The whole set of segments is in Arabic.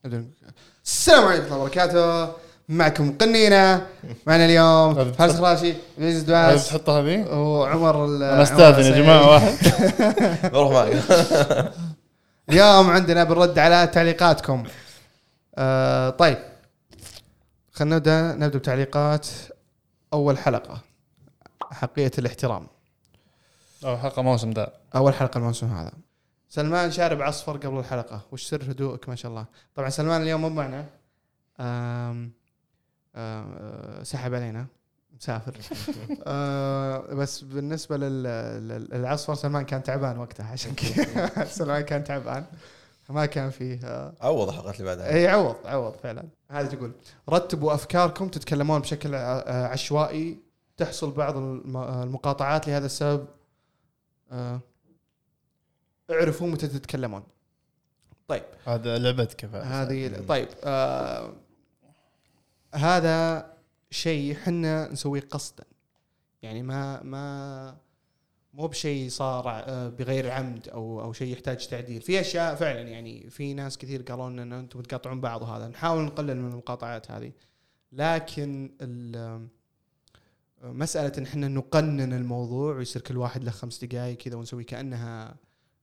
السلام عليكم ورحمة الله وبركاته. معكم قنينة. معنا اليوم فارس خراشي ميز دواس تحطها بي وعمر انا استاذن يا جماعه واحد بروح معي. اليوم عندنا بنرد على تعليقاتكم. طيب خلينا نبدأ بتعليقات أول حلقة، حقية الاحترام. حلقه موسم ده أول حلقة الموسم هذا. سلمان شارب عصفر قبل الحلقة، وش سر هدوءك ما شاء الله. طبعا سلمان اليوم مو معنا، سحب علينا مسافر. بس بالنسبة للعصفر سلمان كان تعبان وقتها، عشان كذا سلمان كان تعبان ما كان فيه. عوض الحلقات اللي بعدها. اي عوض فعلا. هذه تقول رتبوا أفكاركم، تتكلمون بشكل عشوائي، تحصل بعض المقاطعات لهذا السبب. اعرفوا متى تتكلمون. طيب هذا لعبتك هذه. طيب هذا شيء حنا نسويه قصدا، يعني ما مو بشيء صار بغير عمد او شيء يحتاج تعديل. في اشياء فعلا يعني في ناس كثير قالوا لنا ان انتم تقاطعون بعض، وهذا نحاول نقلل من المقاطعات هذه، لكن مسألة ان احنا نقنن الموضوع ويصير كل واحد له 5 دقائق كذا ونسوي كأنها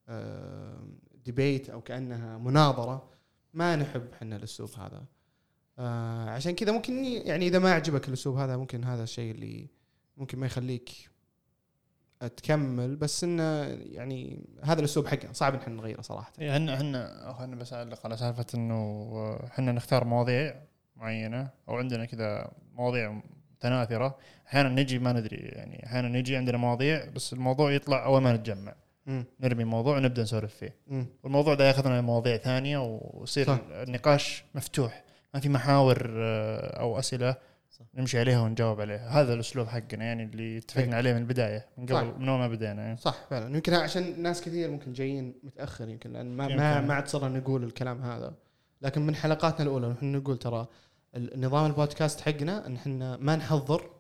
ديبيت او كأنها مناظرة، ما نحب احنا الاسلوب هذا. عشان كذا ممكن يعني اذا ما عجبك الاسلوب هذا، ممكن هذا الشيء اللي ممكن ما يخليك تكمل، بس انه يعني هذا الاسلوب حقنا صعب ان احنا نغيره صراحه. احنا بس اعلق على سالفه انه احنا نختار مواضيع معينه، او عندنا كذا مواضيع متناثره. احيانا نجي ما ندري، يعني احيانا نجي عندنا مواضيع بس الموضوع يطلع اول ما نتجمع نرمي موضوع ونبدا نسولف فيه، والموضوع ده ياخذنا لمواضيع ثانيه ويصير النقاش مفتوح، ما في محاور او اسئله نمشي عليها ونجاوب عليها. هذا الاسلوب حقنا يعني اللي اتفقنا عليه من البدايه، من قبل من اول ما بدينا يعني. صح فعلا. يمكن عشان ناس كثير ممكن جايين متاخر، يمكن لان ما عاد صرنا نقول الكلام هذا، لكن من حلقاتنا الاولى نحن نقول ترى النظام البودكاست حقنا ان احنا ما نحضر،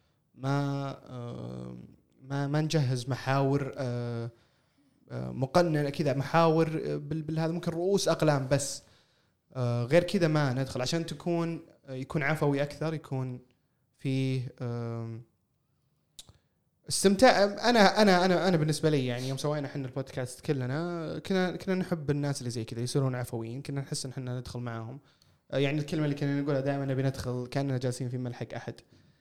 ما نجهز محاور مقننه كذا، محاور بالهذا ممكن رؤوس اقلام بس، غير كذا ما ندخل، عشان يكون عفوي اكثر، يكون فيه استمتاع. انا بالنسبه لي يعني يوم سوينا احنا البودكاست كنا نحب الناس اللي زي كذا يصيرون عفويين، كنا نحس ان احنا ندخل معاهم. يعني الكلمه اللي كنا نقولها دائما، نبي ندخل كاننا جالسين في ملحق احد،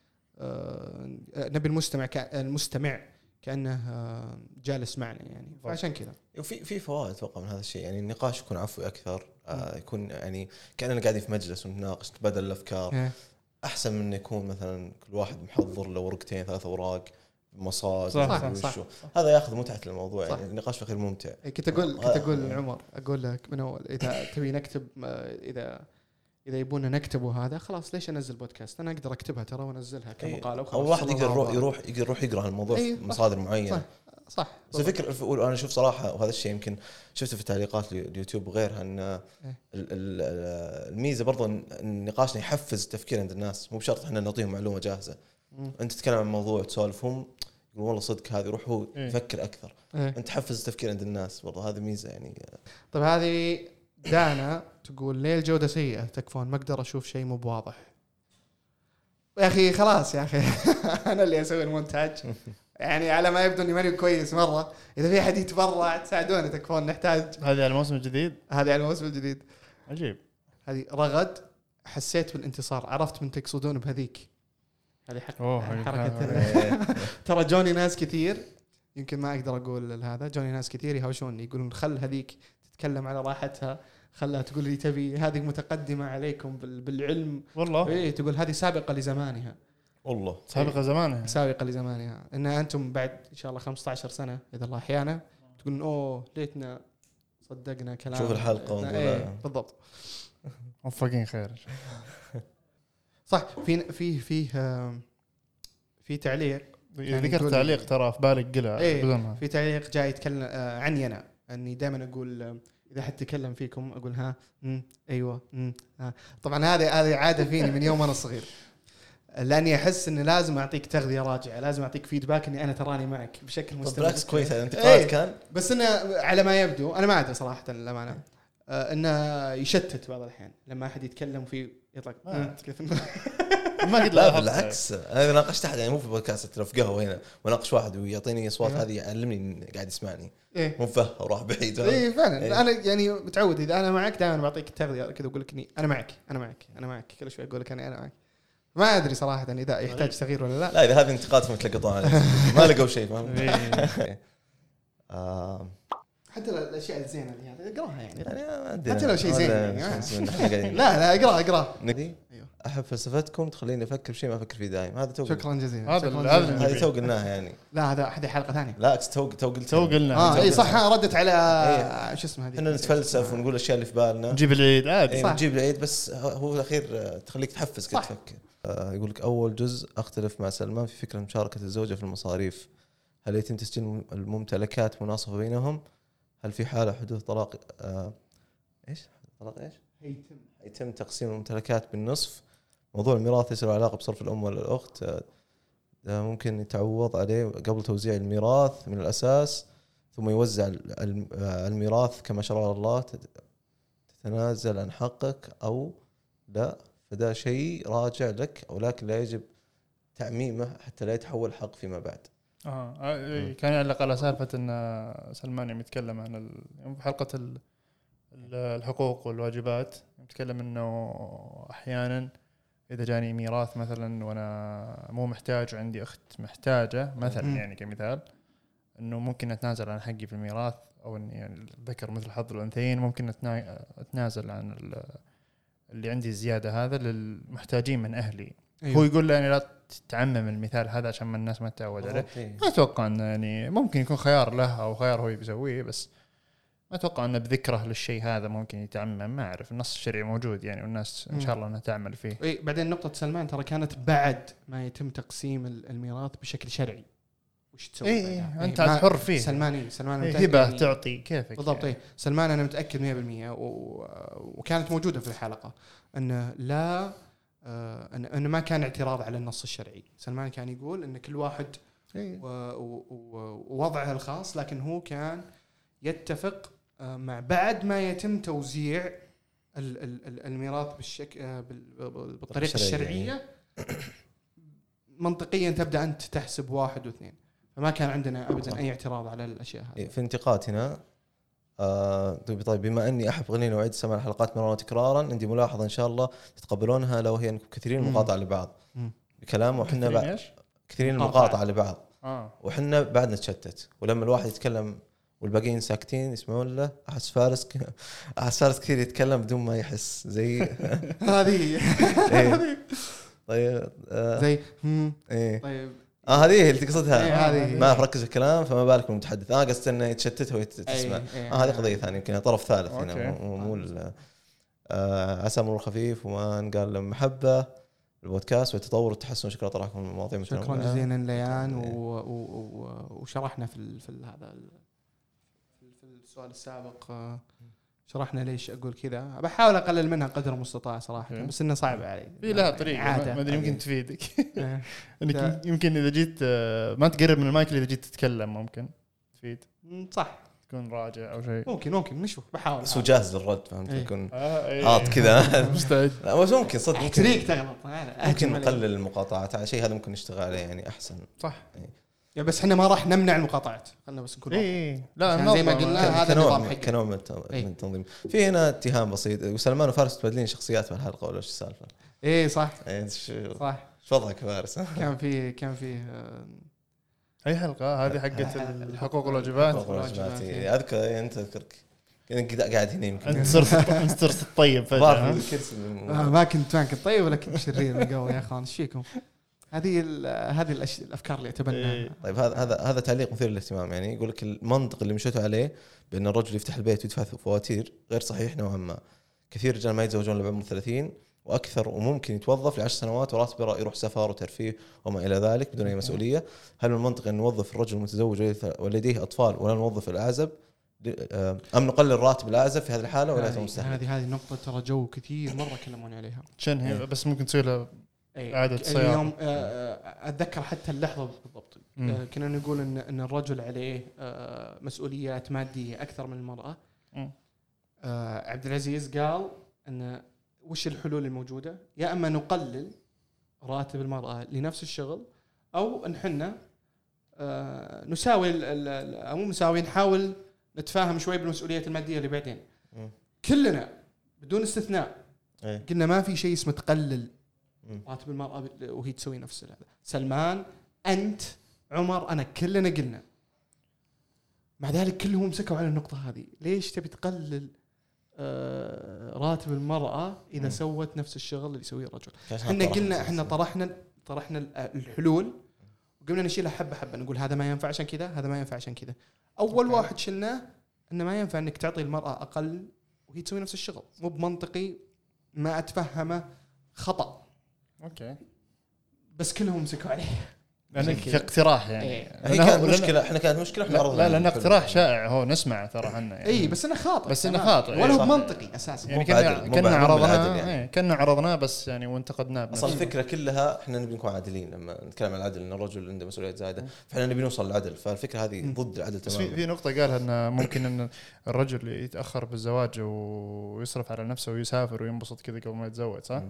نبي المستمع كانه جالس معنا يعني. فعشان كذا في فوائد اتوقع من هذا الشيء، يعني النقاش يكون عفوي اكثر، يكون يعني كاننا قاعدين في مجلس ونتناقش نتبادل الافكار، احسن من يكون مثلا كل واحد محضر له ورقتين 3 أوراق مصادر. صح. هذا ياخذ متعه الموضوع، يعني النقاش في الاخير ممتع. كنت اقول عمر، اقول لك من اول اذا تبي نكتب، اذا يبونا نكتبه هذا خلاص، ليش انزل بودكاست؟ انا اقدر اكتبها ترى وانزلها كمقاله وخلاص. او واحد يقدر يروح يقرا الموضوع في مصادر معينه. صح. بس الفكره انا اشوف صراحه، وهذا الشيء يمكن شفته في تعليقات اليوتيوب وغيرها، ان الميزه برضو ان نقاشنا يحفز التفكير عند الناس، مو بشرط احنا نعطيهم معلومه جاهزه. انت تتكلم عن موضوع تسولفهم يقول والله صدق هذا، يروح هو يفكر اكثر. انت تحفز التفكير عند الناس برضو، هذه ميزه يعني. طيب هذه دانا تقول ليه الجوده سيئه تكفون، ما اقدر اشوف شيء مو بواضح. يا اخي خلاص يا اخي انا اللي اسوي المونتاج يعني، على ما يبدو اني ماني كويس مره. اذا في احد يتبرع تساعدونا تكفون، نحتاج. هذه على الموسم الجديد. عجيب. هذه رغد، حسيت بالانتصار، عرفت من تقصدون بهذيك. هذه حركه ترى جوني ناس كثير، يمكن ما اقدر اقول هذا، جوني ناس كثير يهاوشوني يقولون خل هذيك تتكلم على راحتها، خلها تقول لي تبي هذه متقدمه عليكم بالعلم. والله تقول هذه سابقه لزمانها. والله سابقه لزمانها ان انتم بعد ان شاء الله 15 سنه اذا الله احيانا تقولون اوه ليتنا صدقنا كلام، شوف الحلقه بالضبط. موفقين خير. صح. في تعليق، ذكرت تعليق ترى في بالك قلع. في تعليق جاي يتكلم عني انا، اني دائما اقول اذا حد تكلم فيكم اقول ها ايوه طبعا هذه عاده فيني من يوم انا صغير، لاني احس ان لازم اعطيك تغذيه راجعه، لازم اعطيك فيدباك اني انا تراني معك بشكل مستمر. بالعكس كويس الانتقاد كان، بس انه على ما يبدو انا ما ادري صراحه للامانه، انه يشتت بعض الاحيان لما احد يتكلم فيه يطلق كيف ما قد لا بالعكس انا ناقشت احد يعني مو في بودكاست في قهوه هنا وناقش واحد ويعطيني اصوات هذه يعلمني قاعد يسمعني مو فهم وراح بعيد فعلا انا يعني متعود اذا انا معك دائما بعطيك التغذيه كذا اقول لك اني انا معك كل شوي اقول لك انا معك ما ادري صراحه اذا يحتاج تغيير ولا لا اذا هذه انتقادهم تلقطوها ما لقوا شيء فاهم حتى الاشياء الزينه اللي هذه اقراها يعني ما حتى لو شيء زين يعني لا اقرا ايوه احب فلسفتكم تخليني افكر بشيء ما افكر فيه دايم هذا شكرا جزيلا هذه تو قلناها يعني لا هذا حلقه ثانيه لا تو قلنا اي صح ردت على شو اسمه هذه احنا نتفلسف ونقول الاشياء اللي في بالنا نجيب العيد عادي نجيب العيد بس هو الاخير تخليك تحفز كده تفكر يقول لك اول جزء اختلف مع سلمان في فكره مشاركه الزوجه في المصاريف هل يتم تسجيل الممتلكات مناصفه بينهم هل في حاله حدوث طلاق طلاق يتم تقسيم الممتلكات بالنصف موضوع الميراث ليس له علاقه بصرف الام ولا الاخت ممكن يتعوض عليه قبل توزيع الميراث من الاساس ثم يوزع الميراث كما شرع الله تتنازل عن حقك او لا فده شيء راجع لك ولكن لا يجب تعميمه حتى لا يتحول حق فيما بعد كان يعلق على سالفة أن سلمان يتكلم عن حلقة الحقوق والواجبات يتكلم أنه أحيانا إذا جاني ميراث مثلا وأنا مو محتاج وعندي أخت محتاجة مثلا يعني كمثال أنه ممكن أتنازل عن حقي في الميراث أو أن يعني الذكر مثل حظ الأنثيين ممكن أتنازل عن اللي عندي زيادة هذا للمحتاجين من أهلي. أيوه. هو يقول يعني لا تعمم المثال هذا عشان ما الناس ما تتعود عليه. ما أتوقع أنه يعني ممكن يكون خيار له أو خيار هو بيسويه بس ما أتوقع أنه بذكره للشيء هذا ممكن يتعمم. ما أعرف النص الشرعي موجود يعني والناس إن شاء الله أنها تعمل فيه. إيه بعدين نقطة سلمان ترى كانت بعد ما يتم تقسيم الميراث بشكل شرعي. وش تسوي؟ إيه أنت حر فيه. سلمان هبة تعطي كيفك بالضبط. يعني. سلمان أنا متأكد 100% وكانت موجودة في الحلقة أنه لا أنه ما كان اعتراض على النص الشرعي. سلمان كان يقول أن كل واحد ووضعه الخاص لكن هو كان يتفق مع بعد ما يتم توزيع الميراث بالطريقة الشرعية منطقيا تبدأ أنت تحسب 1 و2 فما كان عندنا أبدا أي اعتراض على الأشياء هذه. في انتقاد هنا طيب بما أني أحب غنينا وعيد سماع الحلقات مرارا وتكرارا عندي ملاحظة إن شاء الله تتقبلونها لو هي كثيرين المقاطعة لبعض بكلام وحنا كثيرين المقاطعة لبعض وحنا بعد نتشتت ولما الواحد يتكلم والباقيين ساكتين يسمعون له أحس فارس كثير يتكلم بدون ما يحس زي هذه طيب زي طيب هذه اللي تقصدها ما أركز في الكلام فما بالك بالمتحدث قصدت إنه يتشتت ويتسمع هذه قضية ثانية يمكن طرف ثالث هنا مو عسى مرور خفيف وما نقال لهم محبة البودكاست والتطور والتحسن. شكرا طرحكم المواضيع متنوعة. شكرا جزيلا ليان وشرحنا في هذا في السؤال السابق شرحنا ليش أقول كذا. بحاول أقلل منها قدر المستطاع صراحة بس إنه صعب علي. في لها طريقة ما أدري يمكن تفيدك إنك يمكن إذا جيت ما تقرب من المايك إذا جيت تتكلم ممكن تفيد صح تكون راجع أو شيء ممكن نشوف بحاول بس جاهز للرد فهمت يكون حاط كذا مستعد. لا بس ممكن صدق ممكن تغلط ممكن نقلل المقاطعات على شيء هذا ممكن نشتغل عليه يعني أحسن صح يا بس احنا ما راح نمنع المقاطعات خلنا بس نكون لا زي ما قلنا هذا نظام حق كنوع من التنظيم. في هنا اتهام بسيط وسلمان وفارس تبادلين شخصيات في الحلقه ولا ايش السالفه؟ صح صح ايش وضعك فارس؟ كان في اي حلقه هذه حقت الحقوق والواجبات اذكر انت تذكرك كنت قاعد هنا يمكن انت صرت طيب فجاه ما كنت طيب ولا كنت شرير من قوي يا اخوان ايش فيكم؟ هذه الافكار اللي اتبناها. طيب هذا تعليق مثير للاهتمام يعني يقول لك المنطق اللي مشيتوا عليه بان الرجل يفتح البيت ويدفع فواتير غير صحيح نوعا ما. كثير رجال ما يتزوجون الا بعمر 30 واكثر وممكن يتوظف ل10 سنوات وراتبه يروح سفر وترفيه وما الى ذلك بدون اي مسؤوليه. هل من المنطق ان نوظف الرجل المتزوج ولديه اطفال ولا نوظف الاعزب ام نقلل راتب الاعزب في هذه الحاله ولا مستحيل؟ هذه نقطه ترى جو كثير مره كلموني عليها شنو بس ممكن تسوي لها إعادة صياغة. اليوم أتذكر حتى اللحظة بالضبط كنا نقول إن الرجل عليه مسؤوليات مادية أكثر من المرأة. عبد العزيز قال ان وش الحلول الموجوده؟ يا اما نقلل راتب المراه لنفس الشغل، او ان احنا نساوي او مو مساوي، نحاول نتفاهم شوي بالمسؤوليات الماديه اللي بعدين. كلنا بدون استثناء قلنا ما في شيء اسمه تقلل راتب المراه وهي تسوي نفس هذا. سلمان، انت، عمر، انا، كلنا قلنا. مع ذلك كلهم مسكوا على النقطه هذه. ليش تبي تقلل راتب المراه اذا سوت نفس الشغل اللي يسويه الرجل؟ احنا قلنا، احنا طرحنا الحلول وقمنا نشيلها حبه حبه، نقول هذا ما ينفع عشان كذا، هذا ما ينفع عشان كذا. اول واحد شلناه انه ما ينفع انك تعطي المراه اقل وهي تسوي نفس الشغل، مو بمنطقي، ما اتفهمه، خطا. اوكي، بس كلهم مسكوا عليه يعني كاقتراح يعني. هي كانت مشكله، احنا كانت مشكله احنا عرضنا. لا لان اقتراح شائع هو نسمع ترى عنه يعني. اي بس انه خاطئ، ولا هو منطقي اساسا يعني. كنا عرضناه يعني. كنا عرضناه بس يعني وانتقدناه. اصلا الفكره كلها احنا نبي نكون عادلين. لما نتكلم عن العدل ان الرجل عنده مسؤوليات زايده، فاحنا نبي نوصل للعدل. فالفكره هذه ضد العدل تماما. بس في نقطه قالها ان ممكن ان الرجل يتاخر بالزواج ويصرف على نفسه ويسافر وينبسط كذا قبل ما يتزوج، صح؟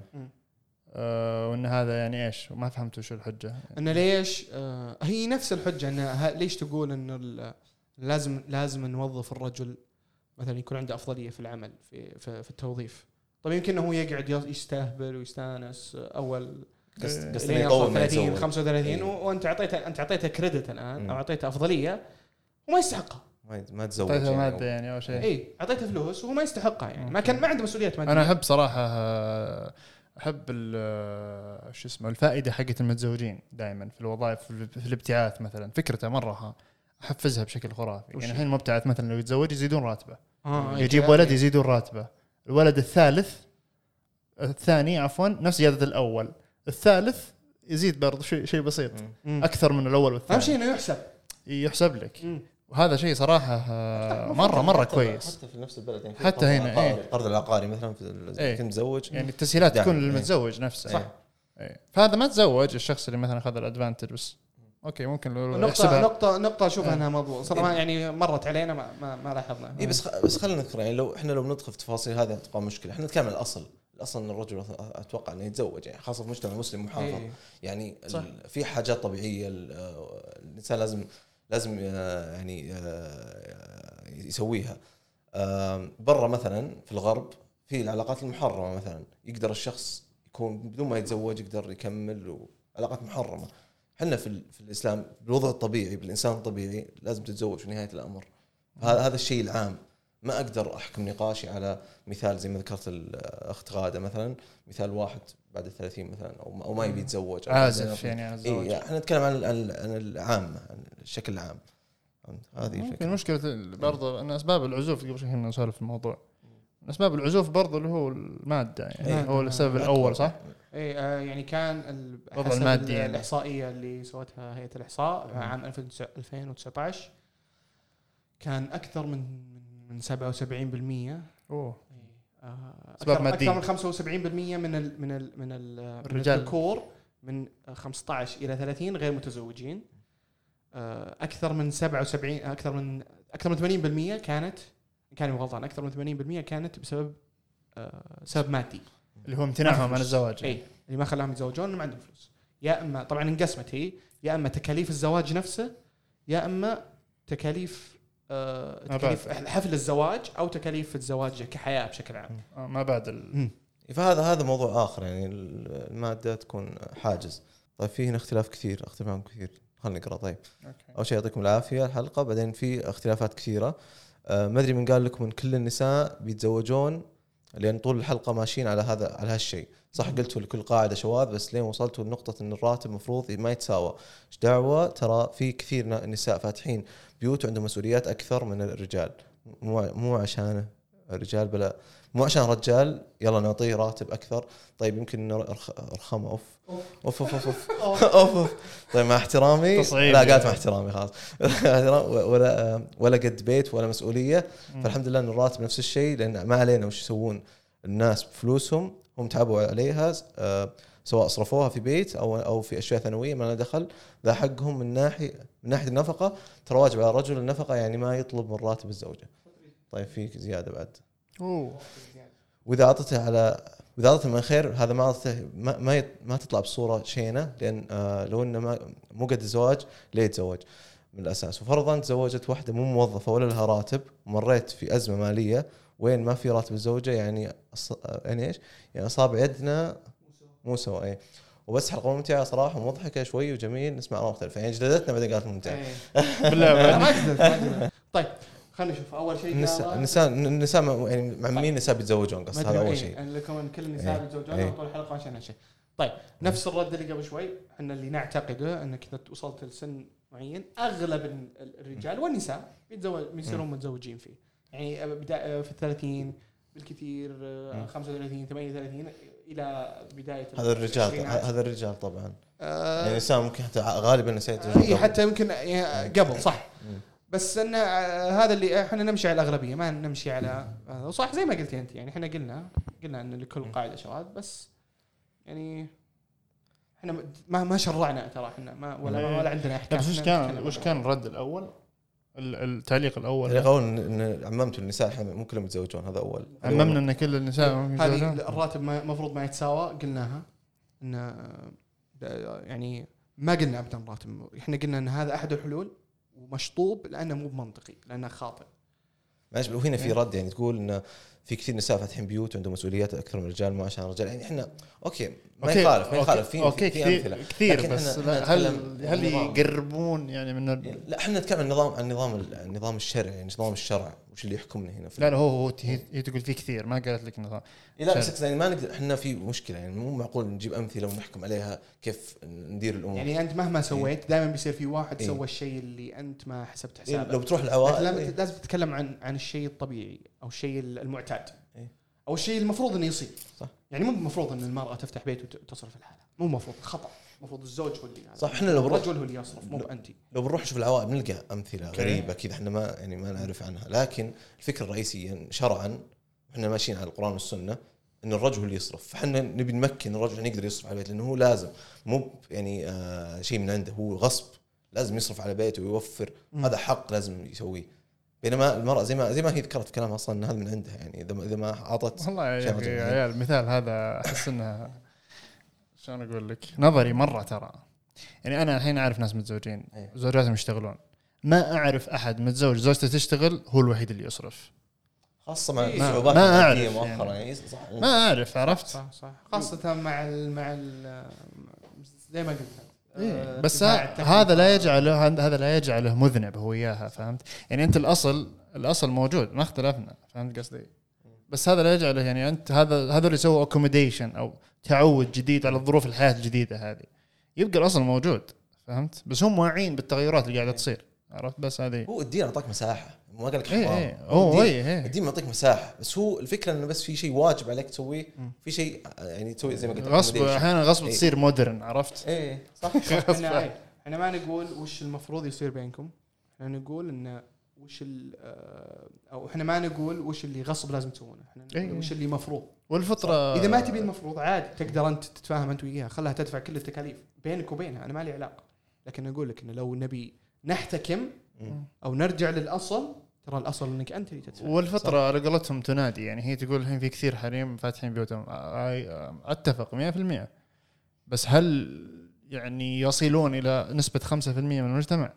وان هذا يعني ايش؟ ما فهمت وش الحجه ان ليش. هي نفس الحجه ان ليش تقول ان لازم نوظف الرجل مثلا يكون عنده افضليه في العمل في التوظيف. طب يمكن هو يقعد يستهبل ويستانس اول قصدي يقوم 30 35 وانت اعطيته كريدت الان او اعطيته افضليه وما يستحقها. ما تزوج يعني او شيء. اي اعطيته فلوس وهو ما يستحقها يعني. ما عنده مسؤوليات ماديه. انا احب صراحه احب شو اسمه الفائده حقت المتزوجين دائما في الوظائف، في الابتعاث مثلا. فكرته مره احفزها بشكل خرافي. يعني الحين المبتعث مثلا لو يتزوج يزيدون راتبه، يجيب ولد يزيدون راتبه، الولد الثاني نفس زياده الاول، الثالث يزيد برضه شيء بسيط اكثر من الاول والثاني. اهم شيء انه يحسب لك. وهذا شيء صراحه مرة كويس. حتى في نفس البلد يعني حتى هنا القرض العقاري مثلا في متزوج يعني التسهيلات تكون للمتزوج نفسه. صح. فهذا ما تزوج الشخص اللي مثلا اخذ الادفانتج بس. اوكي ممكن لو نقطه اشوف انها موضوع صراحه يعني مرت علينا ما لاحظنا. بس خلينا نذكر يعني لو ندخل في تفاصيل هذا تبقى مشكله. احنا نتكلم عن الاصل ان الرجل اتوقع انه يتزوج يعني، خاصه في مجتمع مسلم محافظ. يعني في حاجات طبيعيه الانسان لازم يعني يسويها. برا مثلا في الغرب في العلاقات المحرمه مثلا يقدر الشخص يكون بدون ما يتزوج يقدر يكمل علاقات محرمه. احنا في الاسلام بالوضع الطبيعي بالانسان الطبيعي لازم تتزوج في نهايه الامر. هذا الشيء العام. ما اقدر احكم نقاشي على مثال زي ما ذكرت الاخت غاده مثلا، مثال واحد بعد 30 مثلا او ما يبي يتزوج عازف يعني على الزواج. احنا نتكلم عن العام، عن الشكل العام. هذه ممكن مشكله برضه ان اسباب العزوف قبل شوي كنا نسولف في الموضوع. اسباب العزوف برضه اللي هو الماده يعني هو السبب الاول، صح؟ اي يعني كان المادي الاحصائيه اللي سوتها هيئه الاحصاء عام 2019 كان اكثر من 77%. اكثر من 75% من الرجال الذكور من 15 الى 30 غير متزوجين. اكثر من 77 اكثر من 80% كان غلطان. اكثر من 80% كانت بسبب سبب مادي اللي هو امتناعهم عن الزواج. اي اللي ما خلاهم يتزوجون ما عندهم فلوس. يا اما طبعا انقسمت هي، يا اما تكاليف الزواج نفسه، يا اما تكاليف حفل الزواج او تكاليف الزواج كحياه بشكل عام. ما بعد فهذا موضوع اخر يعني. الماده تكون حاجز. طيب فيه هنا اختلاف معهم كثير. خلينا نقرا. طيب اول شيء يعطيكم العافيه الحلقه. بعدين في اختلافات كثيره. ما ادري من قال لكم ان كل النساء بيتزوجون، لان طول الحلقه ماشيين على هالشيء. صح قلتوا لكل قاعده شواذ، بس لين وصلتوا لنقطه ان الراتب مفروض ما يتساوى. ايش دعوه؟ ترى في كثير نساء فاتحين بيوت وعندهم مسؤوليات اكثر من الرجال. مو عشان الرجال بلا، مو عشان رجال يلا نعطيه راتب اكثر. طيب يمكن ارخم اوف طيب مع احترامي لا قالت مع احترامي خلاص ولا قد بيت ولا مسؤوليه. فالحمد لله ان الراتب نفس الشيء، لان ما علينا وش يسوون الناس بفلوسهم. هم تعبوا عليها سواء صرفوها في بيت او في اشياء ثانويه ما لنا دخل. ذا حقهم من ناحيه النفقه. ترى واجب على الرجل النفقه، يعني ما يطلب من راتب الزوجه. طيب في زياده بعد واذا اعطته من خير هذا ما اعطته ما تطلع بصوره شينه، لان لو انه مو قد الزواج ليه يتزوج من الاساس. وفرضا تزوجت واحده مو موظفه ولا لها راتب، ومريت في ازمه ماليه وين ما في راتب الزوجه، يعني ايش يعني اصابع يدنا مو سوا. اي وبس حلقه ممتعه صراحه ومضحكه شوي وجميل، نسمع اراء مختلفه يعني جلدتنا بعدين قالت ممتعه. بالله ما جلدت. طيب خلينا نشوف اول شيء النساء يعني مع مين النساء بيتزوجون قصد هذا اول شيء. يعني لكم كل النساء بيتزوجون طول الحلقه عشان هالشيء. طيب نفس الرد اللي قبل شوي، احنا اللي نعتقده انك اذا وصلت لسن معين اغلب الرجال والنساء بيصيرون متزوجين فيه، يعني بدايه في 30 بالكثير 35 38 الى بدايه هذا الرجال طبعا يعني النساء ممكن حتى غالبا النساء يتزوجون حتى يمكن قبل صح. بس ان هذا اللي احنا نمشي على الاغلبيه، ما نمشي على صح زي ما قلتي انت. يعني احنا قلنا ان لكل قاعده شواذ، بس يعني احنا ما شرعنا ترى احنا ما ولا عندنا احكام. وش كان الرد الاول؟ التعليق الاول ان عممت النساء مو كلهم يتزوجون، هذا اول عممنا ان كل النساء ما يتزوجون. هذه الراتب المفروض ما يتساوى قلناها، ان يعني ما قلنا ابدا راتب، احنا قلنا ان هذا احد الحلول ومشطوب لانه مو منطقي، لانه خاطئ. ماشي. وهنا في رد يعني تقول ان في كثير نساء فاتحين بيوت وعندهم مسؤوليات اكثر من الرجال، ما عشان الرجال يعني احنا ما يخالف في امثله كثير، بس هل يقربون يعني من لا احنا نتكلم عن النظام الشرعي، يعني نظام الشرع وش اللي يحكمنا هنا. لا هو هي تقول في كثير، ما قالت لك نظام. لا بس يعني ما نقدر احنا في مشكله، يعني مو معقول نجيب امثله ونحكم عليها كيف ندير الامور. يعني انت مهما سويت دائما بيصير في واحد سوى الشيء اللي انت ما حسبت حسابه. لو بتروح العوائل لازم تتكلم عن الشيء الطبيعي او الشيء المعتاد او الشيء المفروض انه يصير. صح. يعني مو المفروض ان المراه تفتح بيت وتصرف الحالة، مو مفروض، خطا. المفروض الزوج هو اللي صح. احنا لو الرجل هو اللي يصرف، مو انت. لو بنروح نشوف العوائل بنلقى امثله غريبه كذا احنا ما نعرف عنها، لكن الفكره الرئيسيه شرعا احنا ماشيين على القرآن والسنه ان الرجل هو اللي يصرف. فاحنا نبي نمكن الرجل انه يقدر يصرف على البيت، لانه هو لازم، مو يعني شيء من عنده، هو غصب لازم يصرف على بيته ويوفر. هذا حق لازم يسويه. بينما المرأة زي ما هي ذكرت في كلامها أصلاً إن هذا من عندها، يعني إذا ما أعطت. والله يا عيال المثال هذا أحس إنها شلون أقول لك نظري مرة ترى. يعني أنا الحين أعرف ناس متزوجين زوجاتهم يشتغلون، ما أعرف أحد متزوج زوجته تشتغل هو الوحيد اللي يصرف، خاصة مع الصعوبات ما أعرف يعني. ما أعرف عرفت صح خاصة مع زي ما قلت. بس هذا لا يجعله مذنب هو إياها، فهمت؟ يعني أنت الأصل موجود، ما اختلفنا، فهمت قصدي؟ بس هذا لا يجعله يعني أنت هذا اللي يسوي accommodation أو تعود جديد على ظروف الحياة الجديدة هذه، يبقى الأصل موجود، فهمت؟ بس هم واعين بالتغيرات اللي قاعدة تصير، عرفت؟ بس هذه هو الدين أعطاك مساحة، ما قال لك الدين يعطيك مساحة، بس هو الفكرة إنه بس في شيء واجب عليك تسويه، في شيء يعني تسوي زي ما قلت غصب، أحيانا غصب تصير مودرن، عرفت؟ صح. احنا ما نقول وش المفروض يصير بينكم، احنا نقول إنه وش أو احنا ما نقول وش اللي غصب لازم تسوونه، احنا وش اللي مفروض. والفطرة إذا ما تبي المفروض عادي تقدر أنت تتفاهم أنت وياها، خلها تدفع كل التكاليف بينك وبينها، أنا ما لي علاقة. لكن أقول لك إنه لو نبي نحتكم أو نرجع للأصل، ترى الأصل إنك أنت اللي تدفع. والفطرة على قولتهم تنادي، يعني هي تقول الحين في كثير حريم فاتحين بيوتهم، أتفق 100%، بس هل يعني يصلون إلى نسبة 5% من المجتمع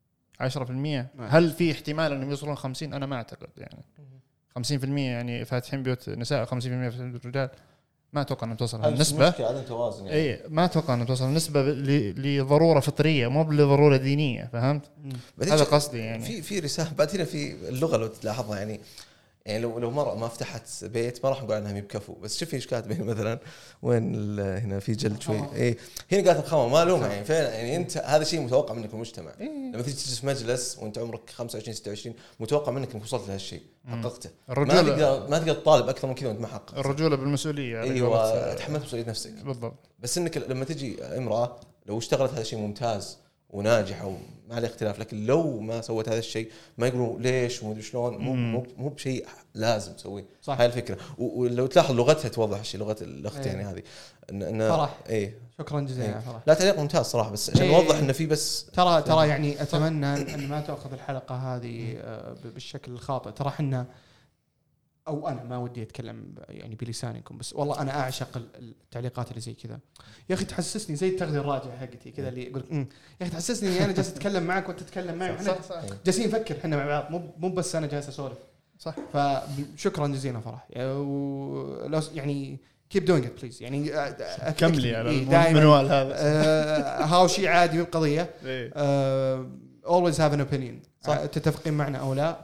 10%؟ هل في احتمال أنهم يوصلون 50؟ أنا ما أعتقد. يعني 50% يعني فاتحين بيوت نساء، 50% في الرجال، ما أتوقع أن توصل هالنسبة. توازن يعني. ما أتوقع أن توصل النسبة لضرورة فطرية، مو لضرورة دينية، فهمت؟ هذا قصدي. يعني في رسالة بعد هنا في اللغة لو تلاحظها، يعني لو مرة ما فتحت بيت ما راح نقول عنها بكفو، بس شوفي ايش كاتب هنا مثلا، وين هنا في جلد شوي هنا قالت الخمر ما لومها، يعني فعلا يعني انت هذا شيء متوقع منك في المجتمع. لما تيجي تجلس في مجلس وانت عمرك 25 26 متوقع منك انك وصلت لهالشيء، حققته. ما تقدر تطالب اكثر من كذا وانت ما حققت. الرجوله بالمسؤوليه، ايوه تحملت مسؤوليه نفسك بالضبط. بس انك لما تجي امراه لو اشتغلت هذا الشيء ممتاز وناجحه وما عليه اختلاف، لكن لو ما سوت هذا الشيء ما يقولوا ليش ومدري شلون، مو بشيء لازم تسويه. هاي الفكره. ولو تلاحظ لغتها توضح الشيء، لغه الاخت يعني هذه ان فرح. شكرا جزيلا فرح. لا تعليق ممتاز صراحه، بس عشان نوضح انه في بس ترى يعني اتمنى ان ما تاخذ الحلقه هذه بالشكل الخاطئ. ترى احنا او انا ما ودي اتكلم يعني بلسانكم، بس والله انا اعشق التعليقات اللي زي كذا يا اخي، تحسسني زي التغذيه الراجعه حقتي كذا اللي يقول يا اخي تحسسني اني انا جالس اتكلم معك وانت تتكلم معي، احنا جالسين نفكر احنا مع بعض، مو بس انا جالس اسولف. صح. فشكرا جزيلا فرح يعني keep doing it please يعني كملي على المنوال هذا. هاو شيء عادي من قضيه. always have an opinion. تتفقين معنا او لا؟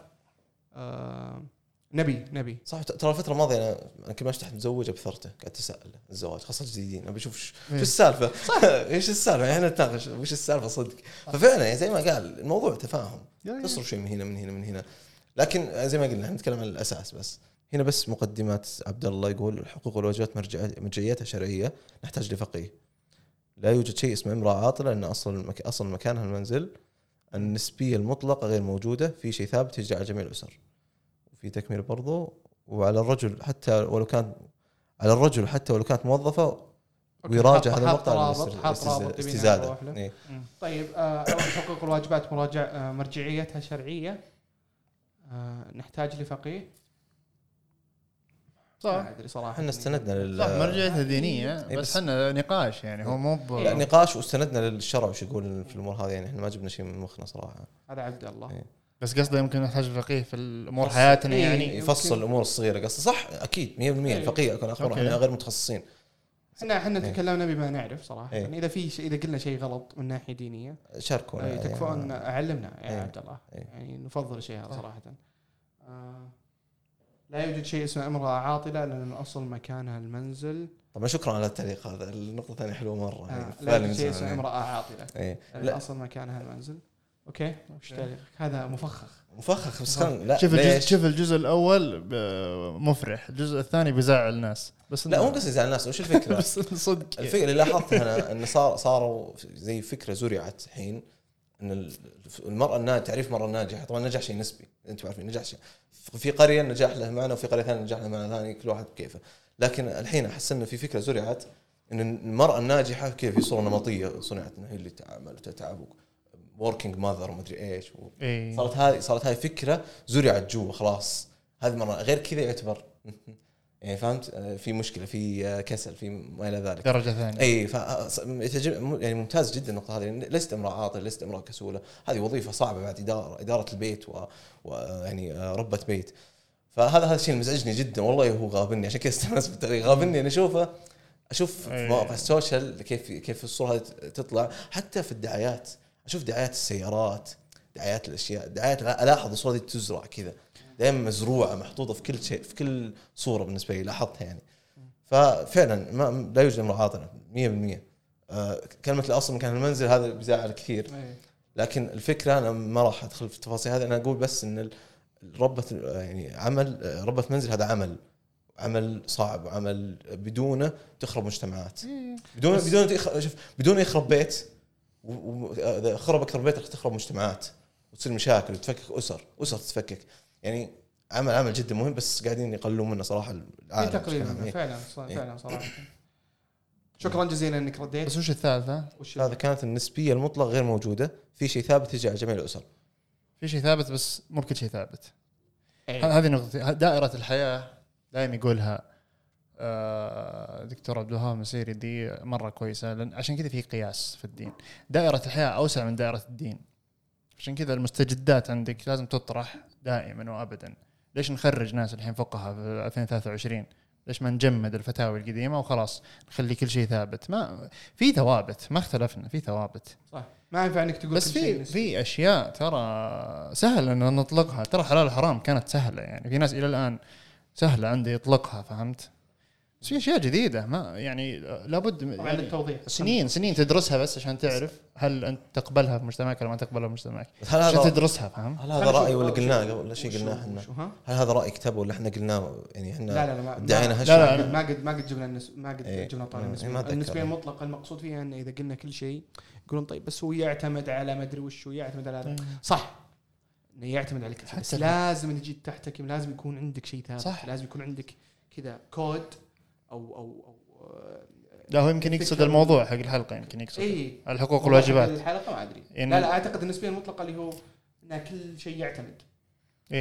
نبي صح. ترى الفتره الماضيه انا كل ما اشتحت متزوج بثرته قاعد تسال الزواج خاصه الجديدين، ابي اشوف شو السالفه ايش السالفه يعني نتناقش وش السالفه صدق. ففعلا يعني زي ما قال الموضوع تفاهم، تصرف شيء من هنا لكن زي ما قلنا احنا نتكلم عن الاساس بس. هنا بس مقدمات. عبد الله يقول الحقوق والواجبات مرجعيتها شرعيه، نحتاج لفقيه. لا يوجد شيء اسمه امراه عاطله لان اصل مكانها المنزل. النسبيه المطلقه غير موجوده، في شيء ثابت يجري على جميع الاسر. في تكميل برضو. وعلى الرجل حتى ولو كانت موظفة ويراجع هذا المقطع الاستزادة. طيب الحقوق والواجبات مرجعيتها شرعية، نحتاج لفقيه. صح. أدري صراحة احنا استندنا صح مرجعيتها دينية بس احنا نقاش يعني هو مو لا نقاش واستندنا للشرع وش يقول في الأمور هذه، يعني احنا ما جبنا شيء من مخنا صراحة. هذا عبد الله. بس قصده يمكن نحتاج فقيه في الامور حياتنا يعني يفصل الامور الصغيره قصده صح اكيد 100% الفقيه يكون اخبار احنا غير متخصصين. احنا تكلمنا بما نعرف صراحه يعني اذا في شيء اذا قلنا شيء غلط من ناحيه دينيه شاركونا تكفون اعلمنا يا عبد الله يعني نفضل الشيء هذا صراحه. لا يوجد شيء اسمه امراه عاطله لان اصل مكانها المنزل. طبعا شكرا على التعليق هذا. النقطه الثانيه حلوه مره. لا يوجد شيء اسمه امراه عاطله لان اصل مكانها المنزل. اوكي وش تعليقك؟ هذا مفخخ بس لا شوف الجزء الاول مفرح، الجزء الثاني بيزعل الناس بس لا مو بس يزعل الناس. وش الفكره؟ بس صدق الفكره اللي لاحظتها انا ان صاروا زي فكره زرعت الحين ان المراه الناجحه تعريف المراه الناجحه. طبعا النجاح شيء نسبي، انتم عارفين النجاح شيء في قريه النجاح له معنى وفي قريه ثانيه النجاح له معنى ثاني، كل واحد كيفه. لكن الحين احس انه في فكره زرعت ان المراه الناجحه كيف في صوره نمطيه صنعت انها هي اللي تعمل وتتعب working mother وما ادري ايش صارت هاي فكره زرعت جوا خلاص. هذه مره غير كذا يعتبر يعني فهمت في مشكله في كسل في ما الى ذلك درجه ثانيه. يعني ممتاز جدا النقطه هذه. لست امراه عاطله لست امراه كسوله، هذه وظيفه صعبه بعد اداره البيت ويعني ربة بيت. فهذا الشيء المزعجني جدا والله. هو غابني عشان كذا استانست بالتاريخ. غابني انا اشوف في مواقع السوشيال كيف الصوره هذه تطلع. حتى في الدعايات اشوف دعايات السيارات، دعايات الاشياء، دعايات الاحظ الصوره دي تزرع كذا دائما مزروعه محطوطه في كل شيء في كل صوره بالنسبه لي لاحظتها يعني. ففعلا لا يوجد امراه عاطله 100%. كلمه الاصل مكان المنزل هذا بيزعل كثير، لكن الفكره انا ما راح ادخل في التفاصيل هذه. انا اقول بس ان ربة يعني ربة منزل هذا عمل صعب، عمل بدونه تخرب مجتمعات، بدون يخرب بيت وإذا خرب أكثر بيت راح تخرب مجتمعات وتصير مشاكل وتفكك أسر تتفكك. يعني عمل جدا مهم بس قاعدين يقللون منه صراحة العالم تقريبا. فعلا صراحة. شكرا جزيلا انك رديت. بس وش الثالثة؟ هذا كانت النسبية المطلقة غير موجودة. في شيء ثابت يجي على جميع الأسر. في شيء ثابت بس مو بكل شيء ثابت. هذه نقطة دائرة الحياة دائما يقولها دكتور عبد الوهاب مسيري دي مرة كويسة، لأن عشان كذا في قياس في الدين. دائرة الحياة أوسع من دائرة الدين، عشان كذا المستجدات عندك لازم تطرح دائما وأبدا. ليش نخرج ناس الحين فقهاء في 2023؟ ليش ما نجمد الفتاوي القديمة وخلاص نخلي كل شيء ثابت؟ ما في ثوابت، ما اختلفنا في ثوابت صح. ما ينفع انك تقول بس في اشياء ترى سهل ان نطلقها. ترى حلال حرام كانت سهلة يعني، في ناس الى الان سهلة عندي يطلقها فهمت. بس في اشياء جديده ما يعني لابد يعني التوضيح سنين تدرسها بس عشان تعرف هل انت تقبلها في مجتمعك ولا ما تقبلها في مجتمعك. عشان تدرسها فهم. هل هذا راي ولا قلناه ولا شيء قلناه احنا؟ هل هذا راي كتاب ولا احنا قلناه يعني احنا لا ما قد جبنا جبنا طاري النسبيه المطلقه. المقصود فيها ان اذا قلنا كل شيء يقولون طيب بس هو يعتمد على ما ادري وش هو يعتمد على هذا. صح انه يعتمد على كذا بس لازم تجي تحتكم، لازم يكون عندك شيء ثابت، لازم يكون عندك كذا كود او لا هو يمكن يقصد الموضوع حق الحلقه، يمكن يقصد الحقوق والواجبات الحلقه ما ادري. لا اعتقد النسبيه المطلقه اللي هو ان كل شيء يعتمد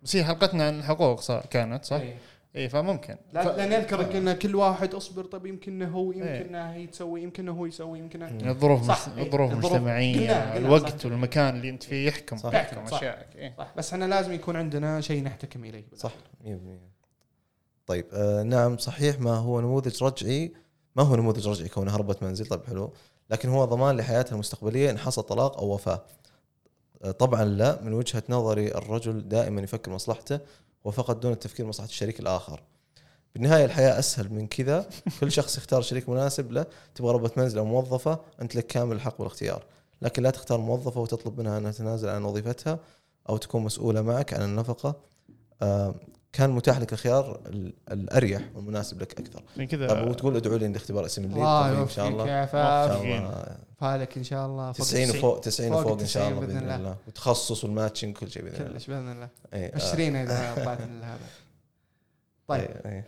بس هي حلقتنا عن الحقوق كانت صح؟ اي فممكن لان اذكر ان كل واحد اصبر طب يمكن هو هي تسوي يمكن هو يسوي يمكن الظروف المجتمعيه الوقت والمكان اللي انت فيه يحكم اشيائك صح بس احنا لازم يكون عندنا شيء نحتكم اليه صح 100%. طيب نعم صحيح ما هو نموذج رجعي كونه هربت منزل. طيب حلو لكن هو ضمان لحياتها المستقبليه ان حصل طلاق او وفاه؟ طبعا لا. من وجهه نظري الرجل دائما يفكر مصلحته وفقط دون التفكير مصلحة الشريك الآخر. بالنهاية الحياة أسهل من كذا. كل شخص يختار شريك مناسب له. تبغى ربة منزل أو موظفة أنت لك كامل الحق والاختيار لكن لا تختار موظفة وتطلب منها أنها تتنازل عن وظيفتها أو تكون مسؤولة معك عن النفقة. كان متاح لك الخيار الأريح والمناسب لك أكثر. طب وتقول ادعوا لي عند اختبار اسم الليل إن شاء الله فالك إن شاء الله 90 وفوق إن شاء الله بإذن الله وتخصص والماتشنج كل شيء بإذن الله بإذن الله 20 إذا طلعت من هذا. طيب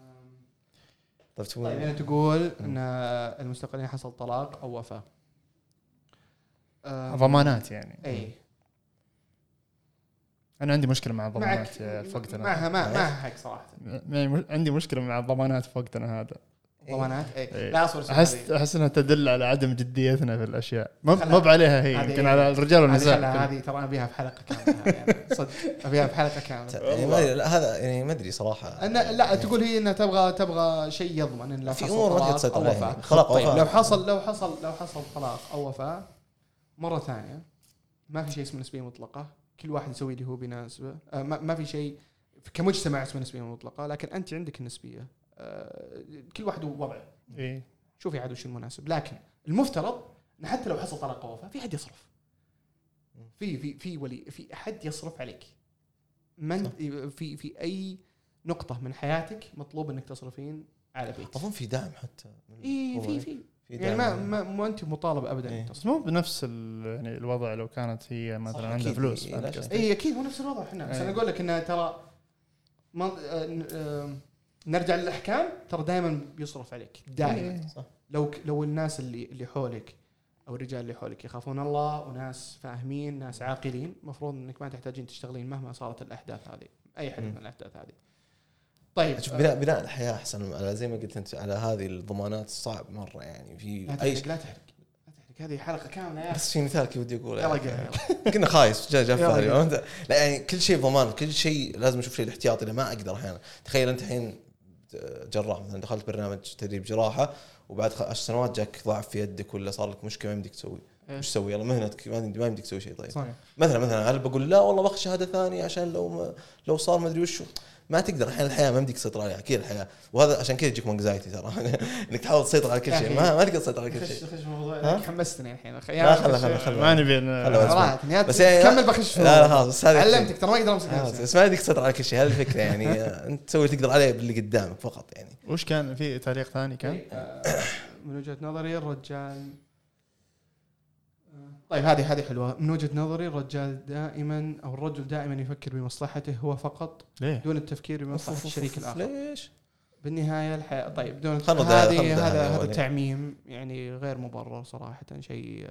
طيب يعني تقول إن المستقلين حصل طلاق أو وفاة ضمانات يعني أي أنا عندي مشكلة مع الضمانات في وقتنا معها حق صراحة عندي مشكلة مع الضمانات في وقتنا هذا ضمانات لا أحس أنها تدل على عدم جديتنا في الأشياء ما بعليها هي يمكن على الرجال والنساء هذه ترى أبيها في حلقة كاملة يعني صدق أبيها في حلقة كاملة يعني لا هذا يعني ما أدري صراحة أنا لا تقول هي إنها تبغى شيء يضمن إن لا في أمور ما تقدر أو وفاة. طيب لو حصل طلاق أو وفاة مرة ثانية ما في شيء اسمه نسبية مطلقة. كل واحد يسوي اللي هو بيناسبه. ما في شيء كمجتمع اسمه نسبية مطلقة لكن أنت عندك النسبية. كل واحد وضعه شوفي عاد وش المناسب. لكن المفترض ان حتى لو حصل طلاق او وفاة في حد يصرف في احد يصرف عليك من في اي نقطة من حياتك مطلوب انك تصرفين على بيت. اظن في دعم حتى في يعني ما انت مطالب ابدا تصرف مو بنفس يعني الوضع لو كانت هي مثلا عندها فلوس. اكيد مو نفس الوضع احنا بس انا اقول لك انها ترى نرجع للأحكام ترى دائما بيصرف عليك دائما. لو الناس اللي حولك أو الرجال اللي حولك يخافون الله وناس فاهمين ناس عاقلين مفروض إنك ما تحتاجين تشتغلين مهما صارت الأحداث هذه أي حد من الأحداث هذه. طيب شوف بناء الحياة أحسن على زي ما قلت أنت على هذه الضمانات صعب مرة يعني في لا تحرق هذه حلقة كاملة يا بس في مثال كي ودي أقوله يلا كنا خايس جاء فاري لا يعني كل شيء ضمان كل شيء لازم نشوف شيء الاحتياطي اللي ما أقدر أحيانا. تخيل أنت الحين جراح مثلا دخلت برنامج تدريب جراحة وبعد 10 سنوات جاك ضعف في يدك ولا صار لك مشكلة ما يمديك تسوي وش تسوي يلا مهنتك ما يمديك تسوي شيء. طيب صحيح. مثلا هل بقول لا والله باخذ شهادة ثانية عشان لو صار ما ادري وش ما تقدر الحين الحياة ما يمديك تسيطر عليها اكيد الحياة وهذا عشان كذا يجيك انكزايتي ترى انك تحاول تسيطر على كل شيء ما تقدر تسيطر على كل شيء. خش موضوع حمستني الحين خل ما نبي بس كمل بخش لا خلاص بس هذه علمتك ترى ما اقدر امسك بس ما يمديك تسيطر على كل شيء. هذه الفكرة يعني انت تسوي تقدر عليه باللي قدامك فقط يعني. وش كان في تعليق ثاني كان من وجهة نظري الرجال طيب هذه حلوة. من وجهة نظري الرجال دائما أو الرجل دائما يفكر بمصلحته هو فقط ليه؟ دون التفكير بمصلحة الشريك الآخر. ليش؟ بالنهاية الحياة طيب دون هذا تعميم يعني غير مبرر صراحة شيء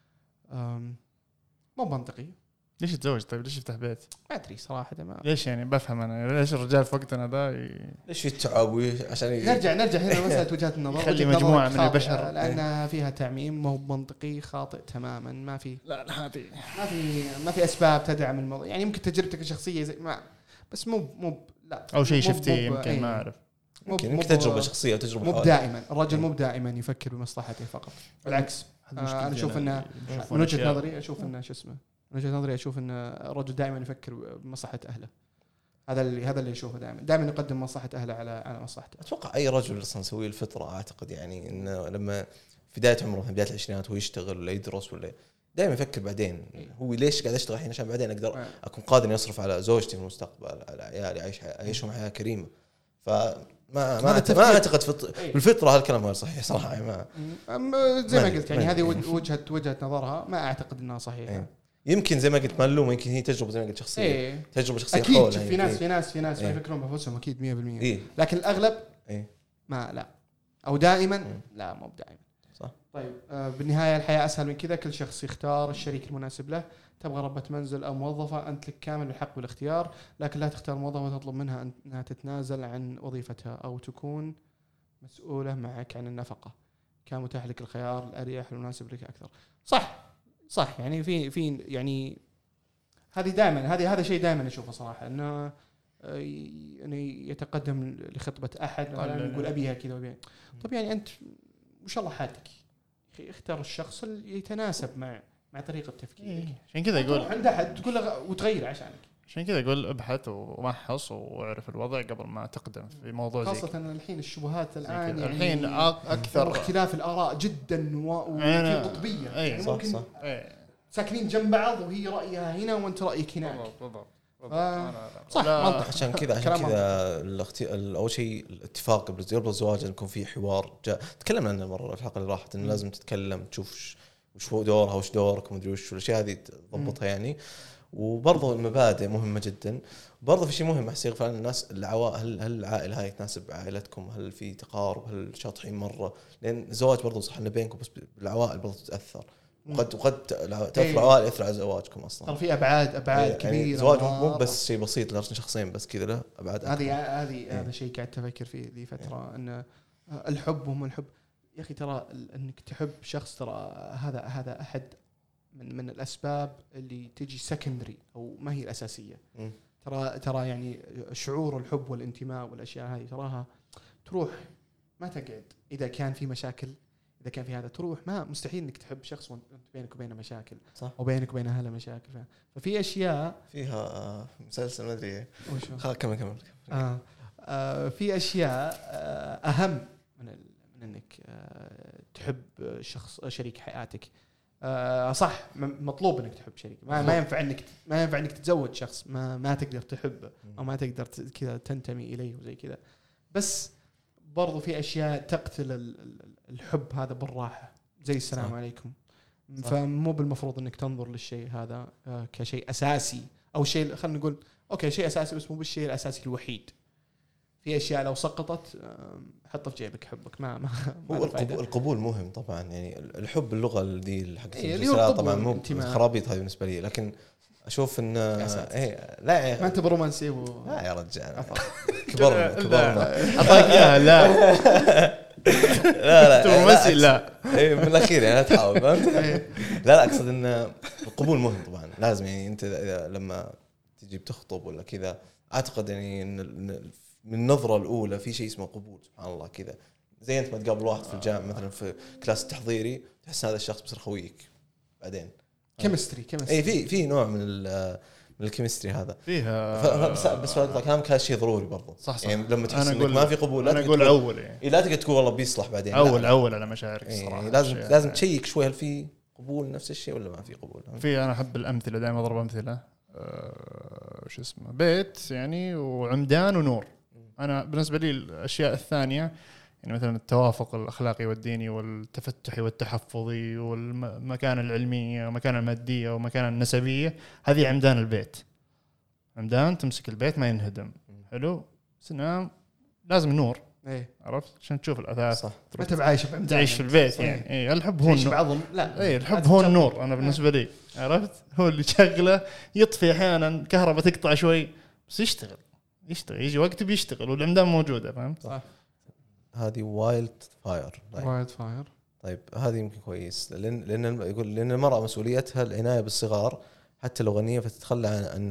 مو منطقي. ليش تتزوج طيب ليش يفتح بيت؟ ما أدري صراحة ما ليش يعني بفهم أنا ليش الرجال في وقتنا ذا ليش يتعب عشان نرجع هنا مسألة وجهات النظر خلي مجموعة من البشر لأنها فيها تعميم مو منطقي خاطئ تماما. ما في هذه ما في أسباب تدعم الموضوع يعني ممكن تجربتك الشخصية زي ما بس مو لا أو شيء شفتي يمكن ما أعرف يمكن تجربة شخصية وتجربة مو دائما الرجل مو دائما يفكر بمصلحته فقط بالعكس. أنا أشوف إنه من وجهة نظري أشوف إنه من وجهة نظري أشوف إن الرجل دائما يفكر بمصلحة أهله. هذا اللي أشوفه دائما يقدم مصلحة أهله على مصلحته. أتوقع أي رجل أصلا يسوي الفطرة أعتقد يعني إنه لما في بداية عمره في بداية العشرينات هو يشتغل ولا يدرس ولا دائما يفكر بعدين هو ليش قاعد أشتغل الحين عشان بعدين أقدر أكون قادر إني أصرف على زوجتي في المستقبل على عيالي أعيشهم حياة كريمة. ما أعتقد بالفطرة هالكلام غير صحيح صراحة زي ما قلت يعني هذه وجهة نظرها ما أعتقد أنها صحيحة. يمكن زي ما قلت مالوم يمكن هي تجربة زي ما قلت شخصية تجربة شخصية أكيد في ناس ما يفكرون بأنفسهم أكيد 100% لكن الأغلب ما لا أو دائما لا مو دائما صح. طيب بالنهايه الحياه اسهل من كذا، كل شخص يختار الشريك المناسب له. تبغى ربة منزل او موظفه، انت لك كامل الحق بالاختيار، لكن لا تختار موظفه وتطلب منها انها تتنازل عن وظيفتها او تكون مسؤوله معك عن النفقه. كان متاح لك الخيار الاريح المناسب لك اكثر. صح يعني في يعني هذه دائما هذا شيء دائما اشوفه صراحه، انه يعني يتقدم لخطبه احد مثلا يقول ابيها كذا وابيها. طب يعني انت ما شاء الله حالتك، اختار الشخص اللي يتناسب مع طريقه تفكيرك. عشان كذا يقول عند احد تقول له وتغير عشانك. عشان كذا يقول ابحث ومحص واعرف الوضع قبل ما تقدم في موضوع زي خاصة الحين الشبهات الآن يعني الحين أكثر واختلاف الآراء جدا وفي قطبية يعني صح ممكن صح. ساكنين جنب بعض وهي رأيها هنا وانت رأيك هناك. بالضبط. صح منطق. عشان كذا اول شيء الاتفاق قبل الزواج يكون في حوار. تكلمنا عنه مره في الحلقه اللي راحت انه لازم تتكلم تشوف وش هو دورها وش دورك ومدري وش الاشياء هذه تضبطها يعني. وبرضه المبادئ مهمه جدا. برضه في شيء مهم احس فعلا الناس العوائل، هل العائله هاي تناسب عائلتكم؟ هل في تقارب؟ هل شاطحين مره؟ لان الزواج برضه صح انه بينكم بس العوائل برضه تتاثر. وقد تأثر عوائل يثر على زواجكم اصلا. ترى في ابعاد كبيره يعني زواج مو بس شيء بسيط لرجل شخصين بس كذا، له ابعاد. هذا شيء قاعد افكر فيه ذي فتره ان الحب وما الحب. يا اخي ترى انك تحب شخص ترى هذا احد من الاسباب اللي تجي سكندري او ما هي الاساسيه. ترى يعني شعور الحب والانتماء والاشياء هذه تراها تروح ما تقعد. اذا كان في مشاكل، اذا كان في هذا تروح، ما مستحيل انك تحب شخص وانت بينك وبينه مشاكل صح. وبينك وبين اهله مشاكل. ففي اشياء فيها مسلسل ما ادري كمل في اشياء اهم من انك تحب شريك حياتك. صح مطلوب انك تحب شريك. ما ينفع انك تتزوج شخص ما تقدر تحبه او ما تقدر كذا تنتمي اليه وزي كذا. بس برضو في اشياء تقتل الحب هذا بالراحه زي السلام صح. عليكم. صح. فمو بالمفروض انك تنظر للشيء هذا كشيء اساسي او شيء، خلينا نقول اوكي شيء اساسي بس مو بالشيء الاساسي الوحيد. في اشياء لو سقطت حطها في جيبك حبك ما القبول مهم طبعا. يعني الحب اللغه دي حقت الرساله طبعا مو خرابيط هذه بالنسبه لي، لكن اشوف ان لا ما انت برومانسي لا يا رجال كبرنا اعطاك اياها. لا رومانسي لا من الاخير يعني تحاول لا اقصد ان القبول مهم طبعا لازم. يعني انت لما تجي بتخطب ولا كذا اعتقد يعني ان من النظرة الأولى في شيء اسمه قبول. سبحان الله كذا زي أنت ما تقابل واحد في الجامعة مثلا في كلاس التحضيري تحس هذا الشخص بصير خويك بعدين. كيمستري أي في نوع من الكيمستري هذا فيها. بس كلامك هذا شيء ضروري برضه. صح. يعني لما تحس إنك ما في قبول أنا أقول أول يعني لا تقدر تقول والله بيصلح بعدين. أول على مشاعرك الصراحة. لازم تشيك شوي هل في قبول نفس الشيء ولا ما في قبول. أنا أحب الأمثلة دائما أضرب أمثلة. وش اسمه بيت يعني وعمدان ونور. أنا بالنسبة لي الأشياء الثانية يعني مثلا التوافق الأخلاقي والديني والتفتحي والتحفظي والمكانة العلمية ومكانة المادية ومكانة النسبية، هذه عمدان البيت. عمدان تمسك البيت ما ينهدم. حلو سنام لازم نور. عرفت عشان تشوف الأثاث صح. ما تبعايش تعيش في البيت يعني. الحب هو النور. لا الحب هو النور. أنا بالنسبة لي عرفت هو اللي شغله يطفي أحيانا كهرباء تقطع شوي بس يشتغل يجي وقت بيشتغل والعمدان موجودة. فهمت صح. هذه وايلد فاير. طيب هذه يمكن كويس لأن يقول لأن المرأة مسؤوليتها العناية بالصغار حتى لو غنية فتتخلى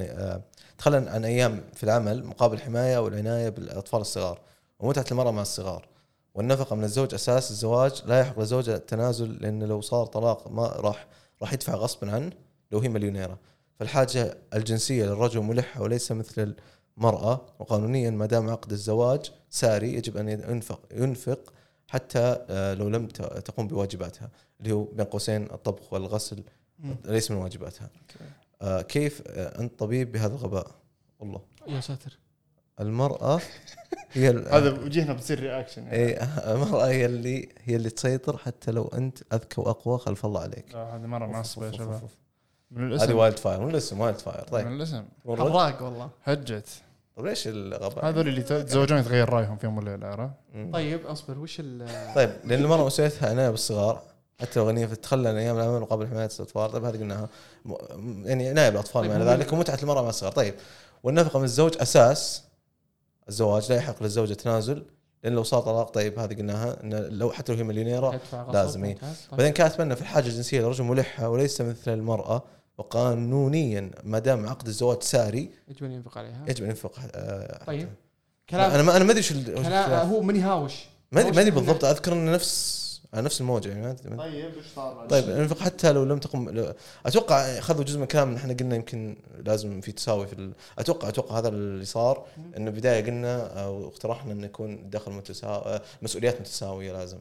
عن أيام في العمل مقابل الحماية والعناية بالأطفال الصغار ومتعة المرأة مع الصغار. والنفقة من الزوج أساس الزواج. لا يحق لزوجة التنازل لأن لو صار طلاق ما راح يدفع غصبا عنه لو هي مليونيرة. فالحاجة الجنسية للرجل ملحة وليس مثل المرأة. وقانونيا ما دام عقد الزواج ساري يجب أن ينفق حتى لو لم تقوم بواجباتها اللي هو بين قوسين الطبخ والغسل ليس من واجباتها. كيف أنت طبيب بهذا الغباء والله يا ساتر. المرأة هي هذا وجهنا بتصير رياكشن يعني. المرأة هي اللي تسيطر حتى لو أنت أذكى وأقوى خلف الله عليك. هذه مرة معصبة يا شباب. هذه وايلد فاير. من الاسم وايلد فاير. طيب من الاسم حراق والله هجت. طيب ليش الغباء؟ هذول اللي يتزوجون يتغير رأيهم في يوم وليلة. طيب أصبر وش طيب لأن المرأة مسؤوليتها عناية بالصغار حتى لو غنية تتخلى عن أيام العمل مقابل حماية الأطفال. طيب هذه قلناها يعني عناية بالأطفال طيب يعني ذلك ومتعة المرأة مع الصغار. طيب والنفقة من الزوج أساس الزواج، لا يحق للزوجة تنازل لأن لو صار طلاق. طيب هذه قلناها إن لو حتى لو هي مليونيرة لازم. طيب. بعدين كاتبه إن في الحاجة الجنسية للرجل ملحة وليس مثل المرأة، وقانونيا ما دام عقد الزواج ساري يجب أن ينفق عليها. يجب أن ينفق. طيب كلام أنا ما أدري شو هو من يهاوش. ما أدري بالضبط. أذكر إنه نفس الموجة يعني ما أدري. طيب ايش صار؟ طيب انفق حتى لو لم تقم. اتوقع اخذوا جزء من كلام احنا قلنا يمكن لازم في تساوي في اتوقع هذا اللي صار. انه بدايه قلنا او اقترحنا انه يكون الدخل متساوي، مسؤوليات متساويه لازم،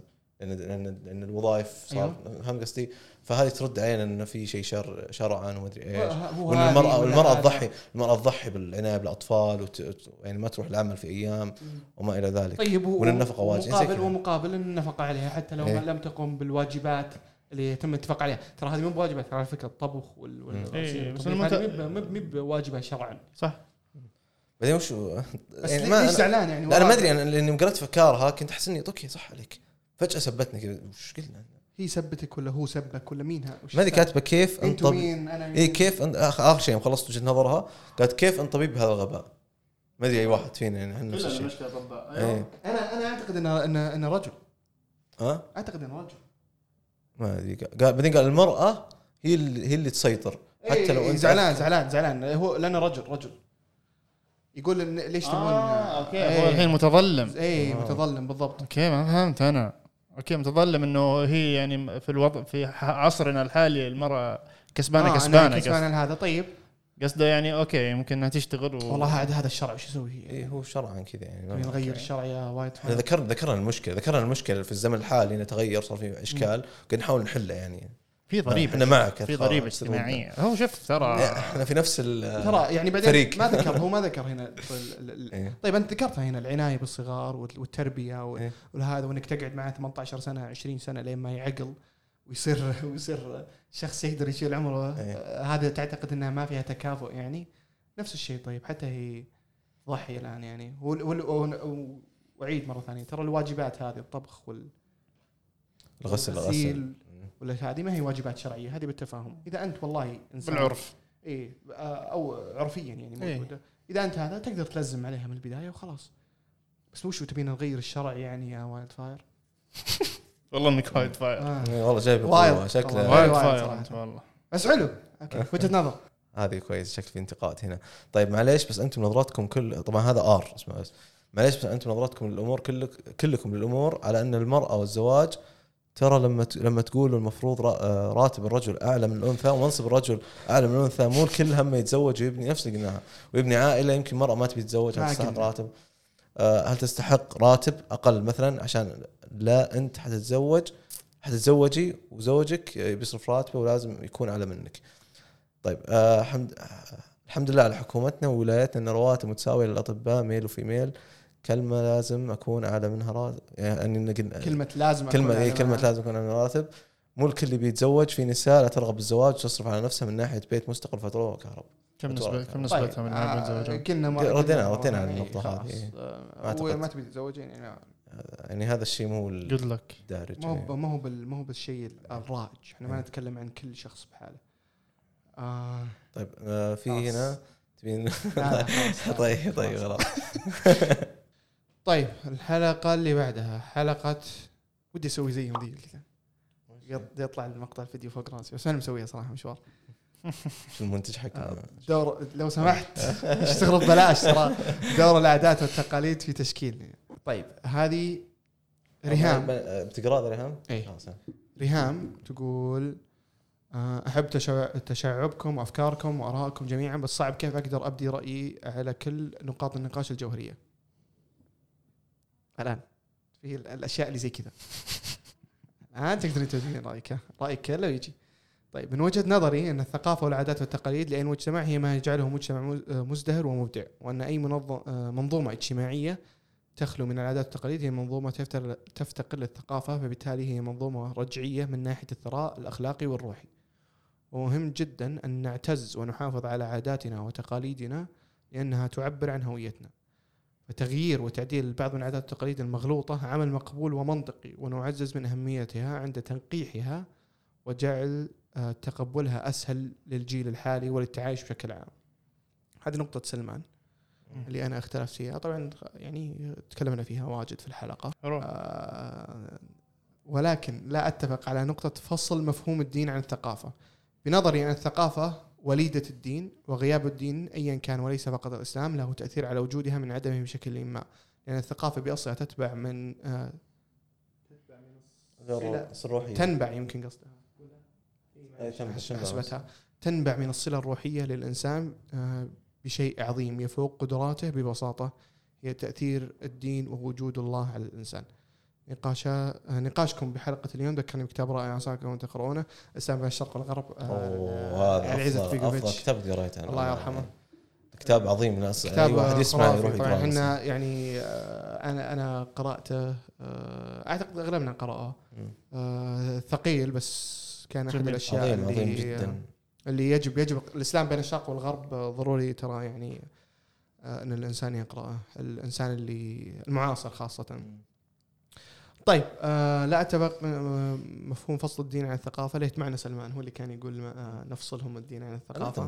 لان الوظائف صار فهم قصدي. فهذه ترد علينا انه في شيء شرعا وما ادري ايش، وان المراه تضحي بالعنايه بالاطفال يعني ما تروح العمل في ايام وما الى ذلك. طيب وان النفقه واجب ومقابل النفقه عليها حتى لو لم تقم بالواجبات اللي يتم الاتفاق عليها. ترى هذه مو بواجبات، ترى على فكره الطبخ بس مو بواجبه شرعا صح. بعدين وشو بس يعني ليش زعلان يعني؟ انا ما ادري، انا لاني قرأت فكارها كنت احس اني اوكي صح عليك، فجاه سبتني كذا. وش قلنا؟ هي سبتك ولا هو سبك ولا مينها؟ ما ادري كاتبه كيف انتم مين انا مين؟ اي كيف اخر شيء خلصت وجهه نظرها قالت كيف انطبي بهذا الغباء. ما ادري اي واحد فينا يعني احنا نفس الشيء. أيوه. انا اعتقد ان رجل. اعتقد ان رجل. ما ادري بعدين قال المراه هي اللي تسيطر حتى لو انت زعلان هو لانه رجل يقول إن ليش تبون اوكي هو الحين متظلم. متظلم بالضبط. اوكي ما فهمت انا. اوكي متظلم انه هي يعني في الوضع في عصرنا الحالي المرأة كسبانة هذا. طيب قصده يعني اوكي ممكن انها تشتغل والله هذا الشرع وش يسوي هي؟ هو شرعا كذا يعني نغير الشرع يا وايد. ذكرنا المشكله في الزمن الحالي انه تغير صار في اشكال قاعد نحاول نحلها يعني. في ضريبه احنا معك في ضريبه اجتماعيه. هو شوف ترى احنا في نفس ترى يعني بعدين ما ذكر هنا طيب انت ذكرتها هنا العنايه بالصغار والتربيه وهذا وانك تقعد معه 18 سنه 20 سنه لين ما يعقل ويصير شخص يقدر يشيل عمره. هذا تعتقد انها ما فيها تكافؤ يعني؟ نفس الشيء. طيب حتى هي ضحيه الان يعني. وعيد مره ثانيه ترى الواجبات هذه الطبخ والغسل ولا هذه ما هي واجبات شرعيه، هذه بالتفاهم. اذا انت والله انسان بالعرف او عرفيا يعني موجوده اذا انت هذا تقدر تلزم عليها من البدايه وخلاص. بس وش تبينا نغير الشرع يعني يا وايلد فاير؟ والله انك وايد فاير. والله جايب شكله وايد فاير والله. بس حلو. اوكي وجهة نظر هذه كويس. شكل في انتقاد هنا. طيب معليش بس انتم نظرتكم طبعا هذا اسمع بس معليش بس انتم نظرتكم للامور كلكم للامور على ان المرأة والزواج ترى لما تقولوا المفروض راتب الرجل اعلى من الانثى ومنصب الرجل اعلى من الانثى، مو الكل هم يتزوج ويبني نفس اللي قلناها ويبني عائله. يمكن مرأة ما تبي تتزوج، هل تستحق راتب؟ هل تستحق راتب اقل مثلا عشان لا انت حتتزوجي وزوجك بيصرف راتبه ولازم يكون اعلى منك؟ طيب الحمد لله على حكومتنا وولايتنا ان رواتب متساويه للاطباء ميل وفيميل. كلمه لازم اكون اعلى منها راتب يعني كلمه لازم اكون اعلى راتب. مو الكل اللي بيتزوج. في نساء لا ترغب بالزواج وتصرف على نفسها من ناحيه بيت مستقل فتره وكهرباء. كم نسبتها من هاي الزواجات؟ ردينا على النقطه هذه. ما تبي تتزوجين يعني هذا الشيء مو الدارج، ما هو بالشيء الراج. احنا ما نتكلم عن كل شخص بحاله. طيب في هنا تبين طيب خلاص. طيب الحلقه اللي بعدها حلقه ودي اسوي زيهم ذي كذا يطلع المقطع الفيديو فوق راسي، بس انا مسويها صراحه مشوار. شو المنتج حقنا دور لو سمحت اشتغل ببلاش ترى. دور العادات والتقاليد في تشكيل. طيب هذه ريهام بتقرا ريهام؟ ريهام تقول أحب تشعبكم وأفكاركم وآرائكم جميعا، بس صعب كيف أقدر أبدي رأيي على كل نقاط النقاش الجوهرية الآن في الأشياء اللي زي كذا. تقدرين تقولين رأيك كله يجي. طيب من وجهة نظري أن الثقافة والعادات والتقاليد لأي مجتمع هي ما يجعله مجتمع مزدهر ومبدع، وأن أي منظومة اجتماعية تخلو من العادات والتقاليد هي منظومة تفتقر للثقافة، فبالتالي هي منظومة رجعية من ناحية الثراء الأخلاقي والروحي. ومهم جدا أن نعتز ونحافظ على عاداتنا وتقاليدنا لأنها تعبر عن هويتنا. وتغيير وتعديل بعض من العادات والتقاليد المغلوطة عمل مقبول ومنطقي، ونعزز من أهميتها عند تنقيحها وجعل تقبلها أسهل للجيل الحالي وللتعايش بشكل عام. هذه نقطة سلمان اللي أنا اختلفت فيها، طبعا يعني تكلمنا فيها واجد في الحلقة. ولكن لا أتفق على نقطة فصل مفهوم الدين عن الثقافة. بنظري أن الثقافة وليدة الدين، وغياب الدين أيا كان وليس فقط الإسلام له تأثير على وجودها من عدمه بشكل ما، لأن الثقافة بأصلها تتبع من تنبع يمكن قصدها حسبتها تنبع من الصلة الروحية للإنسان بشيء عظيم يفوق قدراته. ببساطة هي تأثير الدين ووجود الله على الإنسان. نقاشكم بحلقة اليوم ذكرني بكتاب رائع أنصحكم أن تقرؤونه، الإسلام بين الشرق والغرب. هذا أفضل كتاب قريته الله يرحمه. كتاب عظيم، الناس أي واحد يسمع يروح يقرأه. احنا يعني أنا قرأته، أعتقد أغلبنا قرأه. ثقيل بس كان أحد الأشياء عظيم جدا اللي يجب الإسلام بين الشرق والغرب ضروري ترى يعني أن الإنسان يقرأه، الإنسان اللي المعاصر خاصة. طيب لا أتفق مفهوم فصل الدين عن الثقافة. ليت معنا سلمان هو اللي كان يقول نفصلهم الدين عن الثقافة.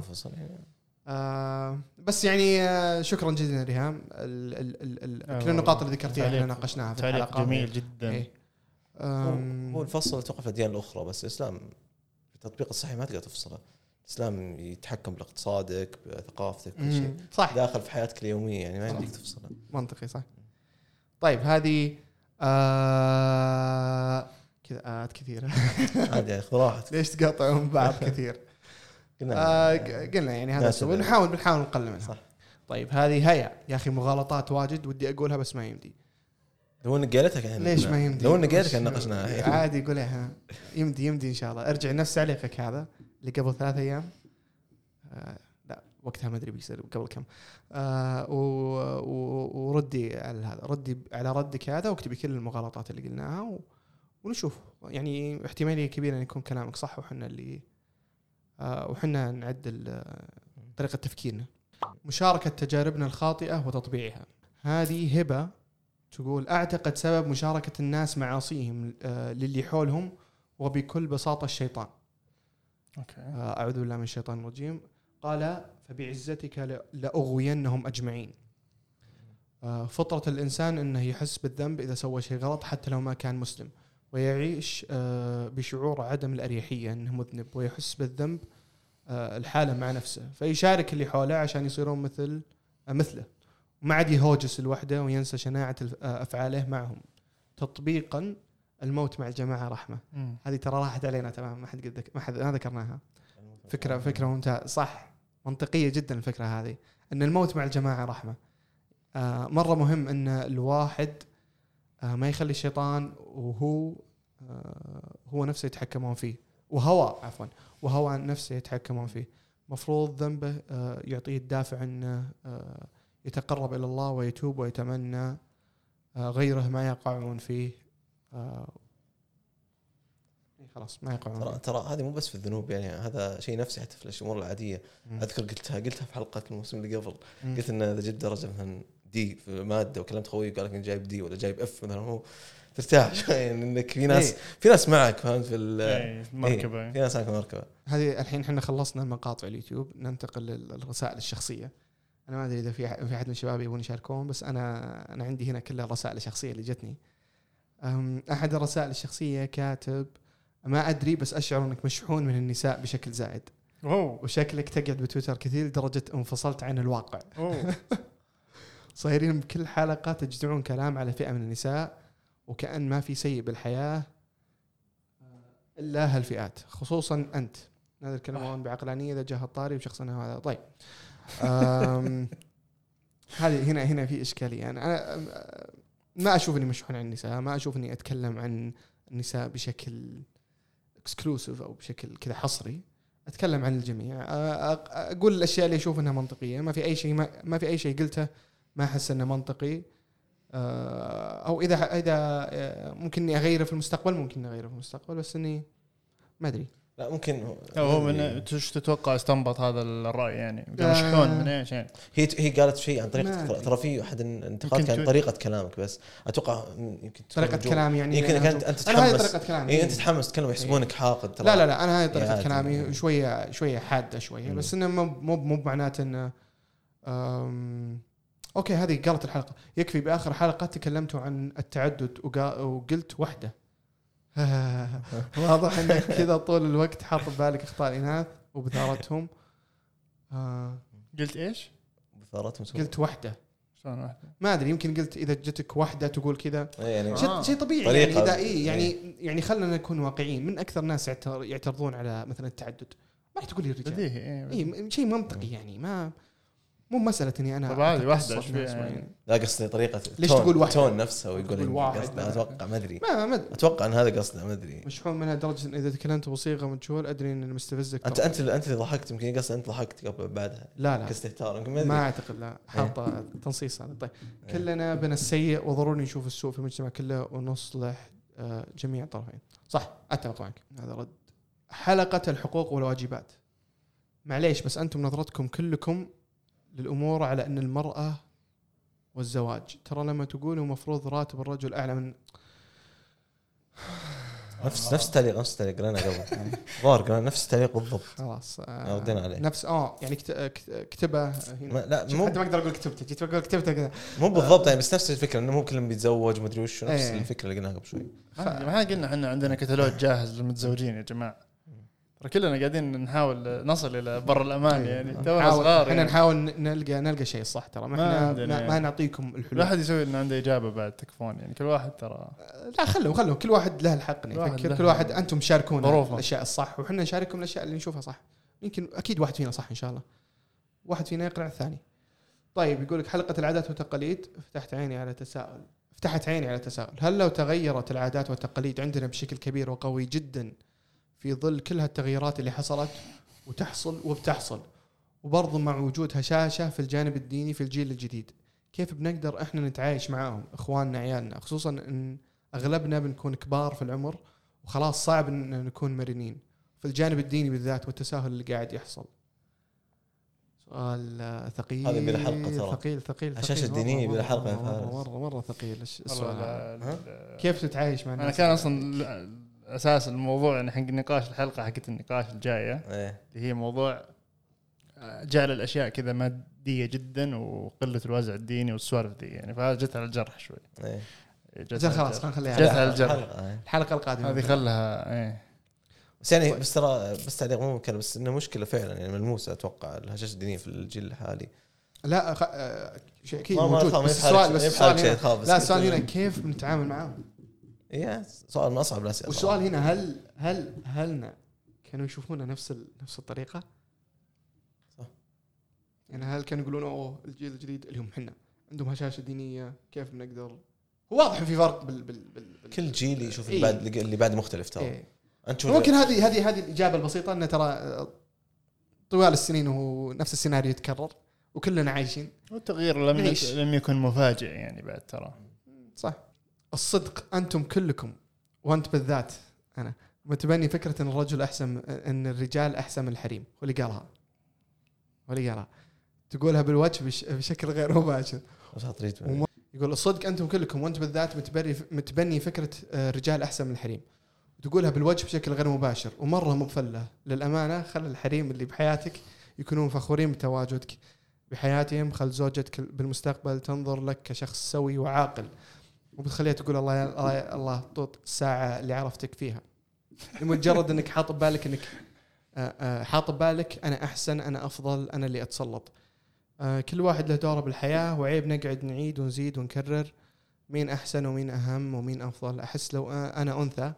بس يعني شكرا جزيلا ريهام، كل النقاط اللي ذكرتيها احنا ناقشناها في الحلقة. جميل جدا. هو الفصل توقف الأديان الأخرى، بس الإسلام التطبيق الصحيح ما تقدر تفصله. الإسلام يتحكم باقتصادك بثقافتك كل شيء صح، داخل في حياتك اليومية، يعني ما يمديك تفصله. منطقي صح. طيب هذه كذا كثيرة عادي خذ راحتك. ليش تقاطعون بعض كثير؟ قلنا يعني هذا السبب، بنحاول نقلل منها صح. طيب هذه هيا يا أخي مغالطات واجد ودي أقولها بس ما يمدي. لو انك قالتها كان ليش ما يمدي؟ لو انك قالتها كان ناقشناها عادي قولها. يمدي ان شاء الله. ارجع نفس تعليقك هذا اللي قبل 3 أيام، لا وقتها ما ادري بيصير قبل كم، وردي على هذا، ردي على ردك هذا، واكتبي كل المغالطات اللي قلناها ونشوف. يعني احتماليه كبيره ان يكون كلامك صح، وحنا اللي وحنا نعدل طريقه تفكيرنا. مشاركه تجاربنا الخاطئه وتطبيعها. هذه هبه تقول أعتقد سبب مشاركة الناس معاصيهم للي حولهم وبكل بساطة الشيطان. أعوذ بالله من الشيطان الرجيم. قال فبعزتك لأغوينهم أجمعين. فطرة الإنسان أنه يحس بالذنب إذا سوى شيء غلط حتى لو ما كان مسلم، ويعيش بشعور عدم الأريحية أنه مذنب، ويحس بالذنب الحالة مع نفسه، فيشارك اللي حوله عشان يصيرون مثله، وما عاد يهوجس الوحدة وينسى شناعة أفعاله معهم. تطبيقا الموت مع الجماعة رحمة. هذه ترى راحت علينا تمام، ما حد ذكرناها. فكرة ممتازة صح، منطقية جدا الفكرة هذه، أن الموت مع الجماعة رحمة. مرة مهم أن الواحد ما يخلي الشيطان وهو نفسه يتحكمون فيه، وهوى نفسه يتحكمون فيه. مفروض ذنبه يعطيه الدافع أنه يتقرب إلى الله ويتوب ويتمنى غيره ما يقعون فيه. خلاص ما يقعون. ترى هذه مو بس في الذنوب، يعني هذا شيء نفسي حتى في الأمور العادية. أذكر قلتها في حلقة الموسم اللي قبل، قلت إن إذا جبت درجة مثلا دي في مادة وكلمت خوي قال لك إن جايب دي ولا جايب اف مثلا، هو ترتاح شوي يعني إنك في ناس معك فهمت في المركبة. في ناس معك المركبة. هذه الحين إحنا خلصنا مقاطع اليوتيوب، ننتقل للرسائل الشخصية. أنا ما أدري إذا في أحد من الشباب يبون يشاركون، بس أنا عندي هنا كل الرسائل الشخصية اللي جتني. أحد الرسائل الشخصية كاتب ما أدري بس أشعر أنك مشحون من النساء بشكل زائد، وشكلك تقعد بتويتر كثير لدرجة انفصلت عن الواقع. صايرين بكل حلقة تجدعون كلام على فئة من النساء، وكأن ما في سيء بالحياة إلا هالفئات، خصوصا أنت. هذا الكلام بعقلانية إذا جاء الطاري وشخصنا هذا. طيب هذه هنا في إشكالية. أنا ما أشوف إني مشحون عن النساء، ما أشوف إني أتكلم عن النساء بشكل اكسكلوسيف أو بشكل كذا حصري. أتكلم عن الجميع، أقول الأشياء اللي أشوف إنها منطقية. ما في أي شيء قلته ما أحس إنه منطقي، أو إذا ممكن إني أغيره في المستقبل، بس إني ما أدري. لا ممكن هو من تتوقع استنبط هذا الرأي يعني شلون من ايش يعني هي قالت شيء عن طريقة ترى في أحد الانتقاد كان طريقة كلامك بس أتوقع يمكن طريقة كلام يعني يمكن أنت تتحمس أنت تتحمس تتكلم يحسبونك حاقد ترى لا أنا هاي طريقة كلامي شوية حادة شوية بس إنه مو معناته إنه أوكي هذه قالت الحلقة يكفي بآخر حلقة تكلمتوا عن التعدد وقلت وحدة واضح انك كذا طول الوقت حاط ببالك اخطاء الاناث وبثارتهم. قلت ايش بثارتهم؟ قلت وحده شلون وحده ما ادري يمكن قلت اذا جتك وحده تقول كذا يعني شيء طبيعي يعني اذا يعني خلينا نكون واقعيين من اكثر ناس يعترضون على مثلا التعدد ما راح تقول لي الرجال شيء منطقي يعني ما مو مسألة إني أنا طبعا واحدة يعني. لا قصدي طريقة ليش تقول واحدة تون نفسه ويقول أتوقع ما أدري أتوقع أن هذا قصده ما أدري مشحون منها درجة إن إذا تكلمت بصيغة مجهول أدري إن مستفزك أنت اللي ضحكت يمكن قصدي أنت ضحكت قبل بعدها لا كاستهتار ما أعتقد لا حاطة تنصيص هذا طيب كلنا بنا السيء وضروري نشوف السوء في المجتمع كله ونصلح جميع الطرفين صح أتفق معك هذا رد حلقة الحقوق والواجبات معليش بس أنتم نظرتكم كلكم للأمور على أن المرأة والزواج ترى لما تقولوا مفروض راتب الرجل أعلى من نفس تعليق قرأنا قبل قرأنا نفس تعليق بالضبط خلاص ردينا عليه نفس يعني كتبه لا مو حتى ما أقدر أقول كتبته جيت أقول كتبته كذا مو بالضبط يعني بس نفس الفكرة إنه مو كلهم بيتزوج ما أدري وش نفس الفكرة اللي قلناها قبل شوي ما قلنا إحنا عندنا كتالوج جاهز للمتزوجين يا جماعة كلنا قاعدين نحاول نصل إلى بر الأمان يعني تونا صغار احنا نحاول نلقى شيء صح ترى ما نعطيكم الحلول لا أحد يسوي إنه عنده إجابة بعد تكفون يعني كل واحد ترى لا خلوا كل واحد له الحق يفكر كل واحد أنتم شاركونا الأشياء الصح وحنا نشارككم الأشياء اللي نشوفها صح يمكن أكيد واحد فينا صح إن شاء الله واحد فينا يقنع الثاني طيب يقولك حلقة العادات والتقاليد فتحت عيني على تساؤل هل لو تغيرت العادات والتقاليد عندنا بشكل كبير وقوي جدا في ظل كل هالتغييرات اللي حصلت وتحصل وبتحصل وبرضه مع وجود هشاشة في الجانب الديني في الجيل الجديد كيف بنقدر احنا نتعايش معاهم اخواننا عيالنا خصوصا ان اغلبنا بنكون كبار في العمر وخلاص صعب ان نكون مرنين في الجانب الديني بالذات والتساهل اللي قاعد يحصل سؤال ثقيل هذا بلا حلقة ترى ثقيل الشاشة الدينية بلا حلقة مرة ثقيل السؤال كيف تتعايش مع الناس أنا كان أصلا أساس الموضوع يعني حق نقاش الحلقة حقت النقاش الجاية اللي هي موضوع جعل الأشياء كذا مادية جدا وقلة الوازع الديني والسوالف دي يعني فجت على الجرح شوي خلاص نخليها جت على الجرح الحلقة القادمة هذه خلها بس يعني بس ترى بس تعليق مو ممكن بس إنه مشكلة فعلا يعني ملموسة أتوقع الهشاشة الدينية في الجيل الحالي لا شيء أكيد موجود بس السؤال هنا كيف بنتعامل معهم سؤال من أصعب الأسئلة والسؤال هنا هل كانوا يشوفونا نفس الطريقة صح يعني هل كانوا يقولون الجيل الجديد اللي هم حنا عندهم هشاشة دينية كيف بنقدر هو واضح في فرق كل جيل يشوف اللي بعد مختلف ترى ممكن هذه الإجابة البسيطة أن ترى طوال السنين وهو نفس السيناريو يتكرر وكلنا عايشين والتغيير لم يكن مفاجئ يعني بعد ترى صح الصدق أنتم كلكم وأنت بالذات أنا متبني فكرة أن الرجل أحسن أن الرجال أحسن من الحريم واللي قالها تقولها بالوجه بشكل غير مباشر يقول الصدق أنتم كلكم وأنت بالذات متبني فكرة الرجال أحسن من الحريم تقولها بالوجه بشكل غير مباشر ومرة مبفلة للأمانة خل الحريم اللي بحياتك يكونون فخورين بتواجدك بحياتهم خل زوجتك بالمستقبل تنظر لك كشخص سوي وعاقل وبتخليها تقول الله طوط الساعة اللي عرفتك فيها لمجرد انك حاط بالك انا احسن انا افضل انا اللي اتسلط كل واحد له دوره بالحياة وعيب نقعد نعيد ونزيد ونكرر مين احسن ومين اهم ومين افضل احس لو انا انثى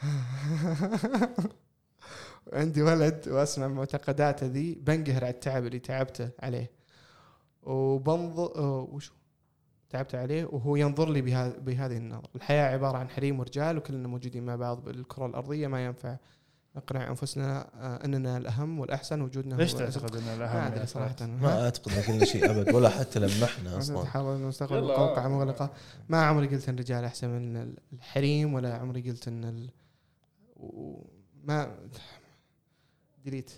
عندي ولد واسمع معتقداته ذي بنقهر على التعب اللي تعبته عليه وبنظر تعبت عليه وهو ينظر لي بهذه النظرة الحياة عبارة عن حريم ورجال وكلنا موجودين مع بعض بالكرة الأرضية ما ينفع نقنع أنفسنا أننا الأهم والأحسن وجودنا ليش تعتقد أننا الأهم؟ ما أدري صراحة ما أعتقد أن كل شيء أبد ولا حتى لمحنا أصلا نحاول نستقبل القوقعة مغلقة ما عمري قلت أن الرجال أحسن من الحريم ولا عمري قلت أن ديليت.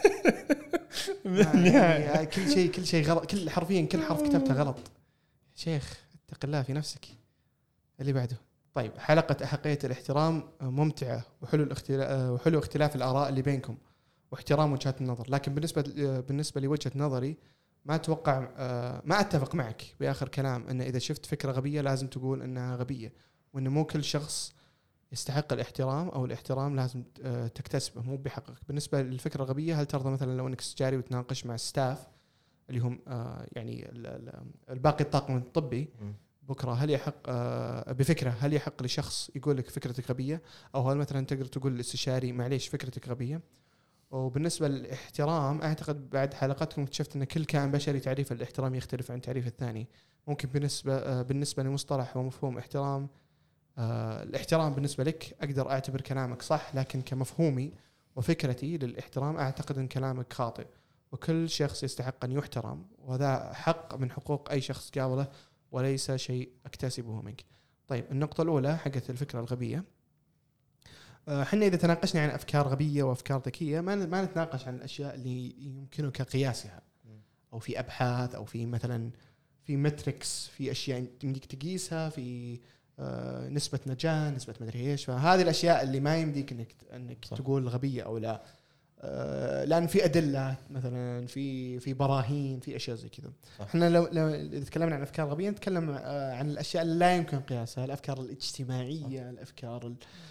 يعني كل شيء غلط، كل حرفيا كل حرف كتبته غلط. شيخ اتق الله في نفسك. اللي بعده. طيب حلقة أحقية الاحترام ممتعة وحلو اختلاف الآراء اللي بينكم واحترام وجهات النظر، لكن بالنسبة لوجهة نظري ما أتفق معك بآخر كلام أن إذا شفت فكرة غبية لازم تقول أنها غبية، وأن مو كل شخص يستحق الاحترام أو الاحترام لازم تكتسبه مو بحقك. بالنسبة للفكرة الغبية، هل ترضى مثلا لو أنك استشاري وتناقش مع الستاف اللي هم يعني الباقي الطاقم الطبي بكرة، هل يحق بفكرة، هل يحق لشخص يقول لك فكرتك غبية، أو هل مثلا تقدر تقول للاستشاري معليش فكرتك غبية؟ وبالنسبة للاحترام أعتقد بعد حلقاتكم اكتشفت أن كل كائن بشري تعريف الاحترام يختلف عن تعريف الثاني. ممكن بالنسبة لمصطلح ومفهوم احترام الاحترام بالنسبة لك أقدر أعتبر كلامك صح، لكن كمفهومي وفكرتي للاحترام أعتقد أن كلامك خاطئ، وكل شخص يستحق أن يحترم، وهذا حق من حقوق أي شخص قابله وليس شيء أكتسبه منك. طيب النقطة الأولى حقت الفكرة الغبية، حنا إذا تناقشنا عن أفكار غبية وأفكار ذكية ما نتناقش عن الأشياء اللي يمكنك قياسها، أو في أبحاث، أو في مثلا في متريكس، في أشياء يمديك تقيسها، في نسبة نجاة، نسبة مدري إيش. فهذه الأشياء اللي ما يمديك أنك تقول غبية أو لا، لأن في أدلة مثلا، في براهين، في أشياء زي كذا. إحنا لو إذا تكلمنا عن أفكار غبية نتكلم عن الأشياء اللي لا يمكن قياسها، الأفكار الاجتماعية، الأفكار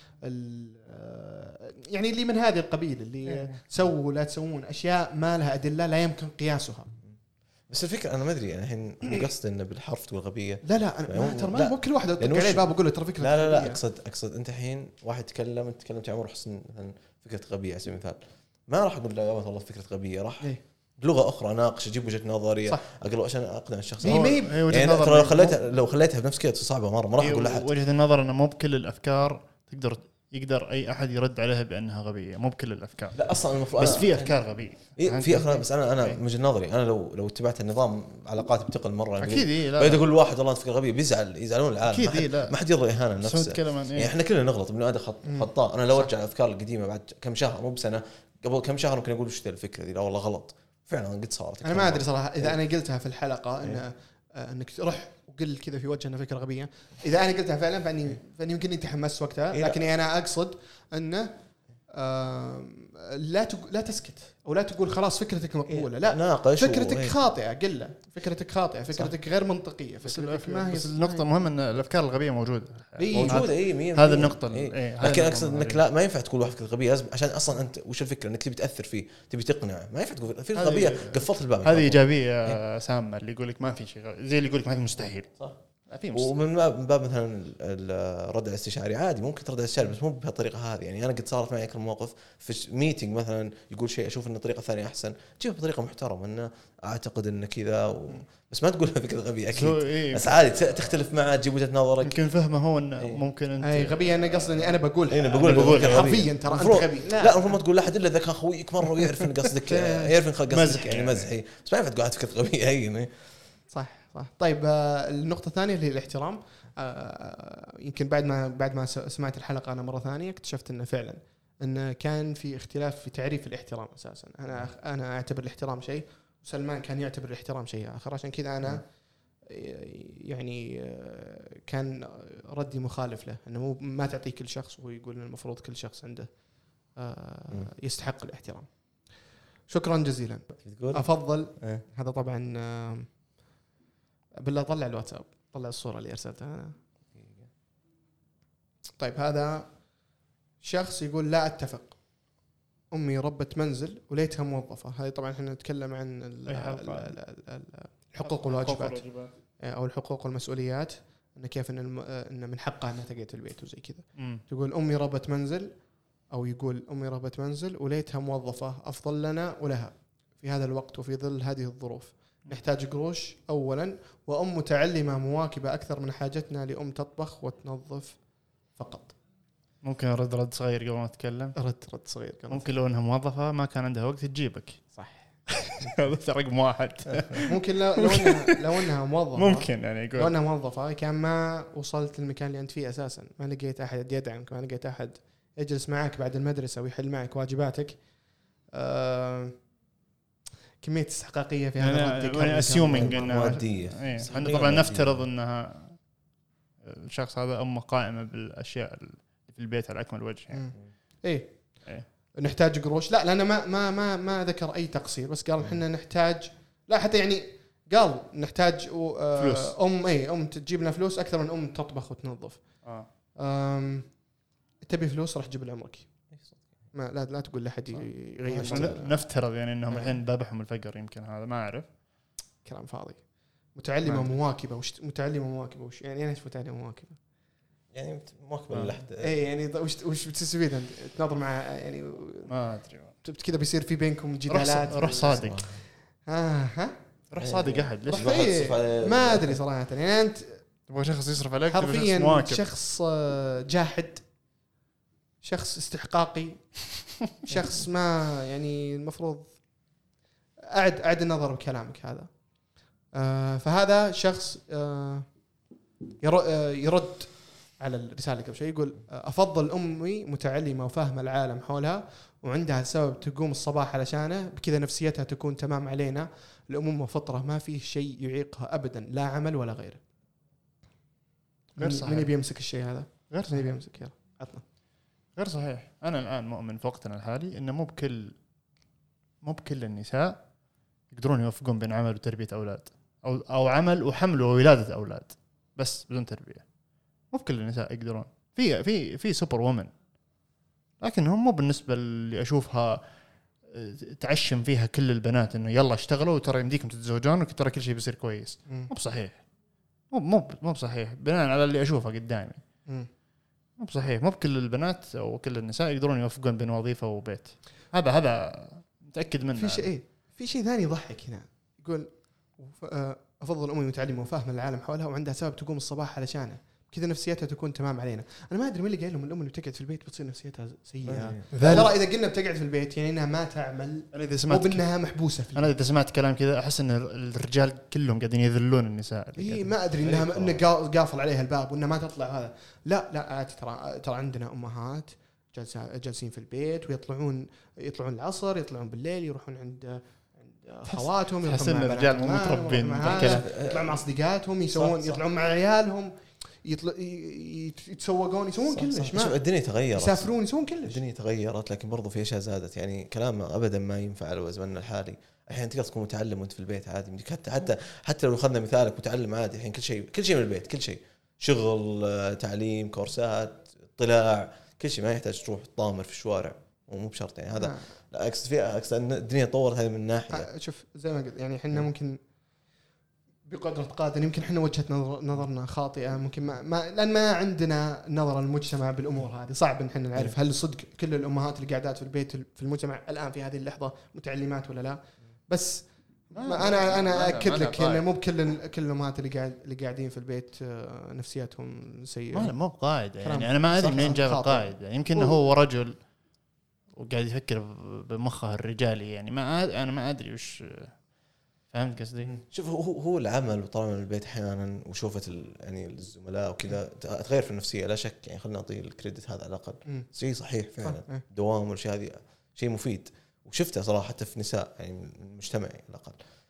يعني اللي من هذه القبيل، اللي سووا لا تسوون أشياء ما لها أدلة لا يمكن قياسها. بس الفكرة أنا ما أدري، أنا الحين قصد إنه بالحرف تقول غبية. لا ترى ما مو كل واحد أطلق عليه باب أقول له ترى فكرة لا أقصد أنت الحين واحد تكلمت عمر حسن مثلا فكرة غبية على سبيل المثال، ما راح أقول لا والله فكرة غبية، راح بلغة أخرى ناقش أجيب وجهة نظري أقول عشان أقنع الشخص. يعني لو خليتها بنفس كده صعبة مرة، ما راح أقول لأحد. وجهة النظر أنه مو بكل الأفكار يقدر أي أحد يرد عليها بأنها غبية، مو بكل الأفكار. لا أصلاً المفروض بس في أفكار غبية. في أفكار، بس أنا من وجهة نظري أنا لو اتبعت النظام علاقاتي بتقل مرة. أكيد بيد أقول واحد والله فكرة غبية يزعلون العالم. أكيد ما حد يرضى إهانة نفسه. يعني إحنا كلنا نغلط، ابن آدم خطاء. أنا لو أرجع الأفكار القديمة بعد كم شهر مو بسنة، قبل كم شهر ممكن أقول وش ذي الفكرة دي، لا والله غلط فعلا قد صارت. أنا ما أدري صراحة إذا أنا قلتها في الحلقة انك تروح وقل كذا في وجهنا فكره غبيه، اذا انا قلتها فعلا فاني يمكن اني تحمست وقتها، لكن انا اقصد انه لا تسكت او لا تقول خلاص فكرتك مقبوله، لا فكرتك خاطئه، قل فكرتك خاطئه، فكرتك غير منطقيه، فكرتك ما هي. بس النقطه مهمه ان الافكار الغبيه موجوده هذه النقطه. لكن اقصد انك لا ما ينفع تقول واحد فكره غبيه، لازم عشان اصلا انت وش الفكره انك تبي تاثر فيه، تبي تقنع، ما ينفع تقول فكره غبيه قفلت الباب. هذه ايجابيه سامه، اللي يقول لك ما في شيء، زي اللي يقول لك ما في مستحيل. صح. ومن باب مثلا الرد على الاستشاري عادي، ممكن ترد على الاستشاري بس مو بهالطريقه هذه. يعني انا قد صارت معي اكثر موقف في ميتنج مثلا يقول شيء اشوف ان الطريقه الثانيه احسن، تجيبها بطريقه محترمه انه اعتقد ان كذا بس ما تقولها فكره غبيه اكيد. بس عادي تختلف معه، تجيب وجهه نظرك. يمكن فهمه هو انه ممكن انت غبيه. انا قصدي اني انا بقول حرفيا ترى انت غبي. لا المفروض ما تقول لاحد الا اذا كان خويك مره ويعرف ان قصدك يعرف ان قصدك يعني مزحي، بس ما ينفع تقول فكره غبيه هي. صح. طيب النقطة الثانية اللي هي الاحترام. يمكن بعد ما سمعت الحلقة أنا مرة ثانية اكتشفت إنه فعلا إنه كان في اختلاف في تعريف الاحترام أساسا. أنا أعتبر الاحترام شيء، وسلمان كان يعتبر الاحترام شيء آخر، عشان كذا أنا يعني كان ردي مخالف له، إنه ما تعطيه كل شخص، وهو يقول إن المفروض كل شخص عنده يستحق الاحترام. شكرا جزيلا. أفضل هذا طبعا بالله طلع الواتساب، طلع الصورة اللي أرسلتها أنا. طيب هذا شخص يقول لا أتفق، أمي ربة منزل وليتها موظفة. هذه طبعا احنا نتكلم عن الحقوق والواجبات أو الحقوق والمسؤوليات، إن كيف إن من حقها أنها تقعد في البيت وزي كذا. تقول أمي ربة منزل، أو يقول أمي ربة منزل وليتها موظفة، أفضل لنا ولها في هذا الوقت وفي ظل هذه الظروف. نحتاج قروش أولا، وأم متعلمة مواكبة أكثر من حاجتنا لأم تطبخ وتنظف فقط. ممكن رد صغير قبل ما أتكلم. رد صغير ممكن لو أنها موظفة ما كان عندها وقت تجيبك. صح. هذا رقم واحد. ممكن لو أنها موظفة، ممكن يعني يقول لو أنها موظفة كان ما وصلت المكان اللي أنت فيه أساسا، ما لقيت أحد يدعمك، ما لقيت أحد يجلس معك بعد المدرسة ويحل معك واجباتك. كميه استحقاقيه في هذا الرد يعني اسيومينج انها ماديه. احنا طبعا نفترض انها الشخص هذا امه قائمه بالاشياء اللي في البيت على اكمل وجه يعني. ايه نحتاج قروش. لا لأنه ما ذكر أي تقصير، بس قال إحنا نحتاج، لا حتى يعني قال نحتاج فلوس. أم تجيب لنا فلوس أكثر من أم تطبخ وتنظف. تبي فلوس راح تجيب لعمرك. ما لا تقول لأحد يغير. نفترض يعني إنهم الحين ذبحهم الفقر، يمكن هذا ما أعرف. كلام فاضي. متعلمة مواكبة وش يعني إيش متعلمة مواكبة؟ يعني مواكبة للحد. يعني وش بتستفيد أنت تناظر مع يعني ما أدري كذا بيصير في بينكم جدالات. روح صادق. روح صادق أحد ليش ما أدري صراحة. يعني أنت تبغى شخص يصرف عليك، حرفيا شخص جاحد، شخص استحقاقي، شخص ما يعني المفروض أعد النظر بكلامك هذا. فهذا شخص يرد على الرسالة قبل شيء، يقول أفضل أمي متعلمة وفاهمة العالم حولها وعندها سبب تقوم الصباح علشانه، بكذا نفسيتها تكون تمام علينا. الأمومة فطرة ما فيه شيء يعيقها أبدا، لا عمل ولا غيره. من يبي يمسك الشيء هذا؟ غير من يبي يمسك؟ يلا عطنا. غير صحيح. أنا الآن مؤمن في وقتنا الحالي إنه مو بكل النساء يقدرون يوفقون بين عمل وتربية أولاد، أو عمل وحمل وولادة أولاد بس بدون تربية. مو بكل النساء يقدرون. في سوبر وومن، لكن هم مو بالنسبة اللي أشوفها تعشم فيها كل البنات إنه يلا اشتغلوا وترى يمديكم تتزوجون وترى كل شيء بيصير كويس. مو بصحيح. مو بصحيح بناء على اللي أشوفه قدامي. مو بصحيح. مو بكل البنات أو كل النساء يقدرون يوفقون بين وظيفة وبيت. هذا متأكد منه. في شيء ثاني يضحك هنا. يقول أفضل أمي متعلمة وفاهمة العالم حولها وعندها سبب تقوم الصباح علشانه، كذا نفسيتها تكون تمام علينا. أنا ما أدري من اللي قال لهم الأم اللي بتقعد في البيت بتصير نفسيتها سيئة. ترى إذا قلنا بتقعد في البيت يعني إنها ما تعمل، مو بأنها محبوسة فيه. أنا إذا سمعت كلام كذا أحس إن الرجال كلهم قاعدين يذلون النساء. ما أدري إنه قافل عليها الباب وإنها ما تطلع هذا. لا ترى عندنا أمهات جالسين في البيت ويطلعون العصر، يطلعون بالليل، يروحون عند خواتهم، يروحون مع الرجال مو متربين، يطلعون مع أصدقائهم، يطلعون مع عيالهم، يتسوقون، يسوون كلش. ما الدنيا تغيرت، يسافرون، يسوون كلش. الدنيا تغيرت، لكن برضو في اشياء زادت. يعني كلامنا ابدا ما ينفع على زمننا الحالي. الحين تقدر تكون متعلم وانت في البيت عادي. حتى لو اخذنا مثالك متعلم عادي، الحين كل شيء من البيت، كل شيء، شغل، تعليم، كورسات، اطلاع، كل شيء. ما يحتاج تروح تطامر في الشوارع، ومو بشرط يعني هذا. لا أقصد أن الدنيا تطورت هذه من ناحية. شوف زي ما قلت يعني إحنا ممكن بقدرة قادر يمكن إحنا وجهة نظرنا خاطئة، ممكن لأن ما عندنا نظر المجتمع بالأمور هذه. صعب إن إحنا نعرف هل صدق كل الأمهات اللي قاعدات في البيت في المجتمع الآن في هذه اللحظة متعلمات ولا لا. بس أنا أكد لك إنه مو بكل الأمهات اللي قاعدين في البيت نفسياتهم سيئة. مو بقاعدة يعني. أنا ما أدري منين جاب القاعدة. يمكن هو رجل وقاعد يفكر بمخه الرجالي يعني. أنا ما أدري وش فهمت قصدي. شوف هو العمل وطالما من البيت أحيانا وشوفة يعني الزملاء وكذا تغير في النفسية لا شك. يعني خلنا نعطي الكريدت هذا على الأقل. شيء صحيح فعلا. دوام والشيء هذه شيء مفيد، وشفته صراحة حتى في نساء يعني من المجتمع على الأقل.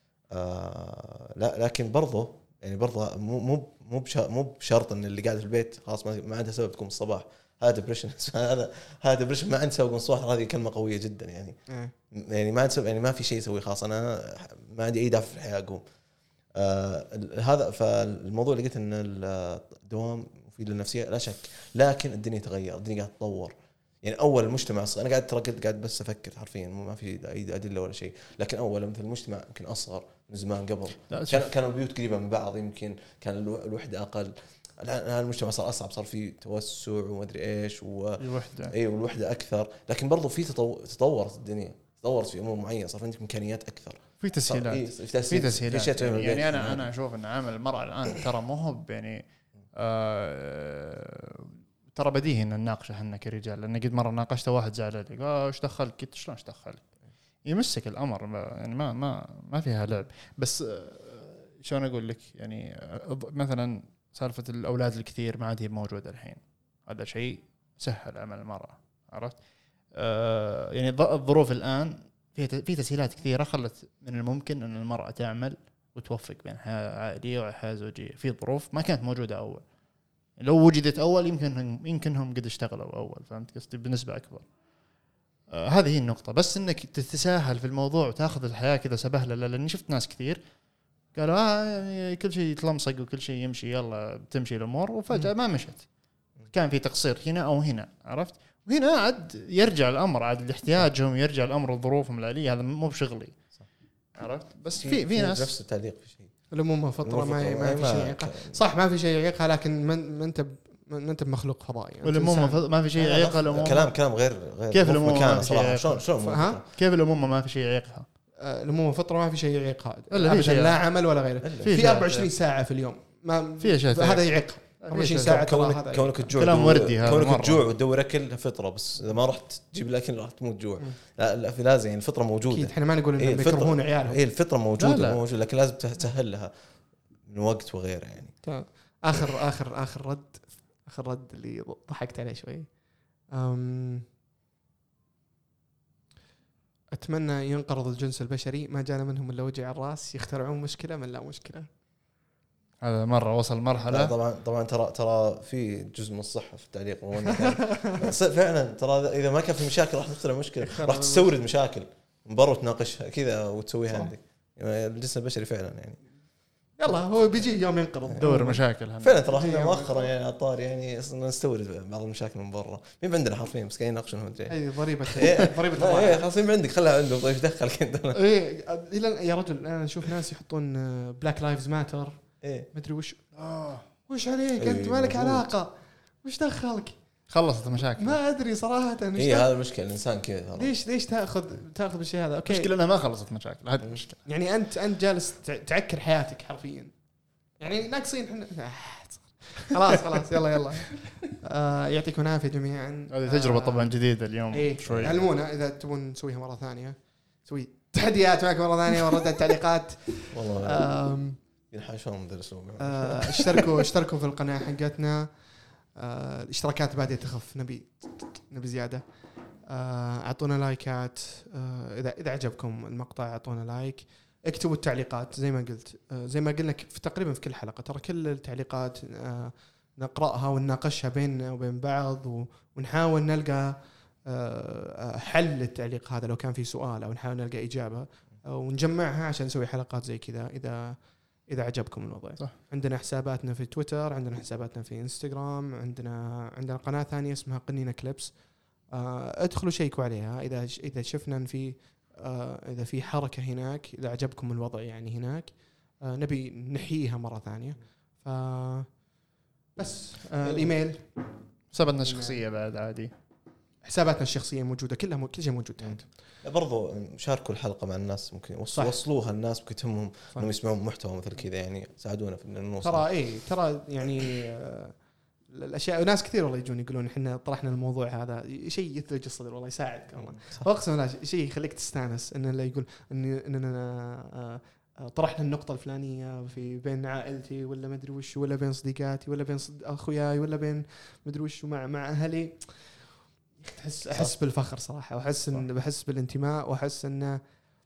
لا لكن برضه يعني برضه مو بشرط إن اللي قاعد في البيت خلاص ما عنده سبب تقوم الصباح. هذا ديبريشن. هذا ديبريشن ما عنده سبب تقوم الصباح. هذه كلمة قوية جدا يعني. يعني ما عنده يعني ما في شيء يسوي خلاص أنا ما عندي أي دافع في الحياة أقوم. هذا فالموضوع اللي قلت إن الدوام مفيد للنفسية لا شك، لكن الدنيا تغير، الدنيا قاعد تتطور. يعني أول المجتمع أنا قاعد بس أفكر حرفيا ما في أي أدلة ولا شيء. لكن أول مثل المجتمع يمكن أصغر من زمان قبل، كانوا البيوت قريبة من بعض، يمكن كان الوحدة أقل. الآن المجتمع صار أصعب، صار فيه توسع وما أدري إيش الوحدة والوحدة أكثر. لكن برضو في تطورت الدنيا، تطورت في أمور معينة، صار عندك إمكانيات أكثر، في تسهيلات. في تسهيلات يعني أنا أشوف أن عمل المرأة الآن ترى مو هو يعني ترى بديهي إن نناقشه إحنا كرجال، لأن قد مرة ناقشته واحد زعل لي قال إيش دخلك؟ قلت شلون إيش دخلك؟ يمسك الأمر يعني ما فيها لعب. بس شلون أقول لك يعني مثلا سالفة الأولاد الكثير ما عاد هي موجودة الحين. هذا شيء سهل عمل المرأة، عرفت؟ يعني الظروف الآن في تسهيلات كثيره خلت من الممكن ان المراه تعمل وتوفق بين حياه عائليه وحياه زوجيه في ظروف ما كانت موجوده اول. لو وجدت اول يمكنهم قد اشتغلوا اول، فهمت قصدي؟ بنسبه اكبر. هذه هي النقطه، بس انك تتساهل في الموضوع وتاخذ الحياه كذا سبهله، لاني شفت ناس كثير قالوا يعني كل شيء يتلمصق وكل شيء يمشي يلا بتمشي الامور، وفجاه ما مشت. كان في تقصير هنا او هنا، عرفت؟ وهنا عاد يرجع الامر عاد لاحتياجهم، يرجع الامر لظروفهم الاليه، هذا مو بشغلي، عرفت؟ بس في ناس نفس التعليق في شيء الأمومة فطرة ما في شيء يعيقها، صح ما في شيء يعيقها، لكن ما انت بمخلوق فضائي. والأمومة ما في شيء يعيقها. الأمومة كلام غير كيف الأمومة صراحة شلون كيف الأمومة ما في شيء يعيقها؟ الأمومة فطرة ما في شيء يعيقها أبدا، لا عمل ولا غيره. في 24 ساعة في اليوم ما في شيء هذا يعيقها. 24 ساعة كونك تجوع، كلام وردي هذا، كونك تجوع وتدور أكل فطرة، بس إذا ما رحت تجيب الأكل راح تموت جوع. لا في لازم يعني الفطرة موجودة. أكيد إحنا ما نقول إنهم يكرهون عيالهم. الفطرة موجودة لكن لازم تسهل لها من وقت وغيره يعني. آخر رد اللي ضحكت عليه شوي. أتمنى ينقرض الجنس البشري، ما جانا منهم إلا وجع الرأس، يخترعون مشكلة من لا مشكلة. هذا مرة وصل مرحلة. طبعا ترى في جزء من الصحة في التعليق فعلا. ترى إذا ما كان في مشاكل راح تخترع مشكلة، راح تستورد مشاكل من برا وتناقشها كذا وتسويها عندك. يعني الجنس البشري فعلا يعني يلا هو بيجي يوم ينقرض دور مشاكل فعلا. ترى احنا مؤخرا يعني الطار يعني نستورد بعض المشاكل من برا، مين عندنا حرفيا بس قاعدين يناقشونها مدري اي ضريبه خلاص مين عندك خلها عنده طيب دخلك انت. يا رجل انا اشوف ناس يحطون بلاك لايفز ماتر مدري وش وش عليك انت مالك علاقه وش دخلك خلصت المشاكل ما ادري صراحه. هذا المشكله الانسان كذا. ليش تاخذ بالشيء هذا؟ اوكي مشكله انها ما خلصت مشاكل، هذه المشكله. يعني انت جالس تعكر حياتك حرفيا، يعني ناقصين احنا خلاص يلا يعطيكم العافيه جميعا. هذه تجربه طبعا جديده اليوم. شوي علمونا اذا تبون نسويها مره ثانيه، نسوي تحديات معك مره ثانيه ورد التعليقات والله ينحاشون درسوا. اشتركوا في القناه حقتنا. الاشتراكات بادئة تخف، نبي زيادة. اعطونا لايكات، اذا عجبكم المقطع اعطونا لايك، اكتبوا التعليقات زي ما قلت، زي ما قلنا تقريبا في كل حلقة، ترى كل التعليقات نقرأها ونناقشها بيننا وبين بعض، ونحاول نلقى حل للتعليق هذا لو كان في سؤال، او نحاول نلقى إجابة ونجمعها عشان نسوي حلقات زي كذا إذا عجبكم الوضع. صح. عندنا حساباتنا في تويتر، عندنا حساباتنا في انستغرام، عندنا قناة ثانية اسمها قنينة كليبس. ادخلوا شيكوا عليها إذا شفنا إن في إذا في حركة هناك، إذا عجبكم الوضع يعني هناك نبي نحييها مرة ثانية. بس الإيميل حساباتنا الشخصية بعد عادي، حساباتنا الشخصية موجودة كلها، كل شيء موجود تحت. برضو شاركوا الحلقة مع الناس، ممكن وصلوها الناس، ممكن تهمهم انهم يسمعون محتوى مثل كذا، يعني ساعدونا في النص. ترى يعني الاشياء، ناس كثير والله يجون يقولون احنا طرحنا الموضوع هذا، شيء يثلج الصدر والله، يساعدك والله. اقسم بالله شيء يخليك تستانس ان اللي يقول اننا طرحنا النقطة الفلانية في بين عائلتي ولا ما ادري وش، ولا بين صديقاتي، ولا بين اخوياي، ولا بين ما ادري وش، مع اهلي. احس بالفخر صراحه، بحس بالانتماء، واحس ان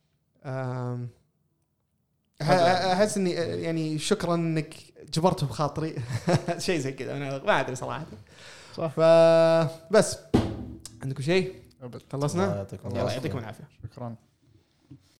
احس اني يعني شكرا انك جبرته بخاطري شيء زي كذا، انا ما ادري صراحه. صح. فبس عندكم شيء؟ خلصنا؟ يعطيكم العافيه. شكرا.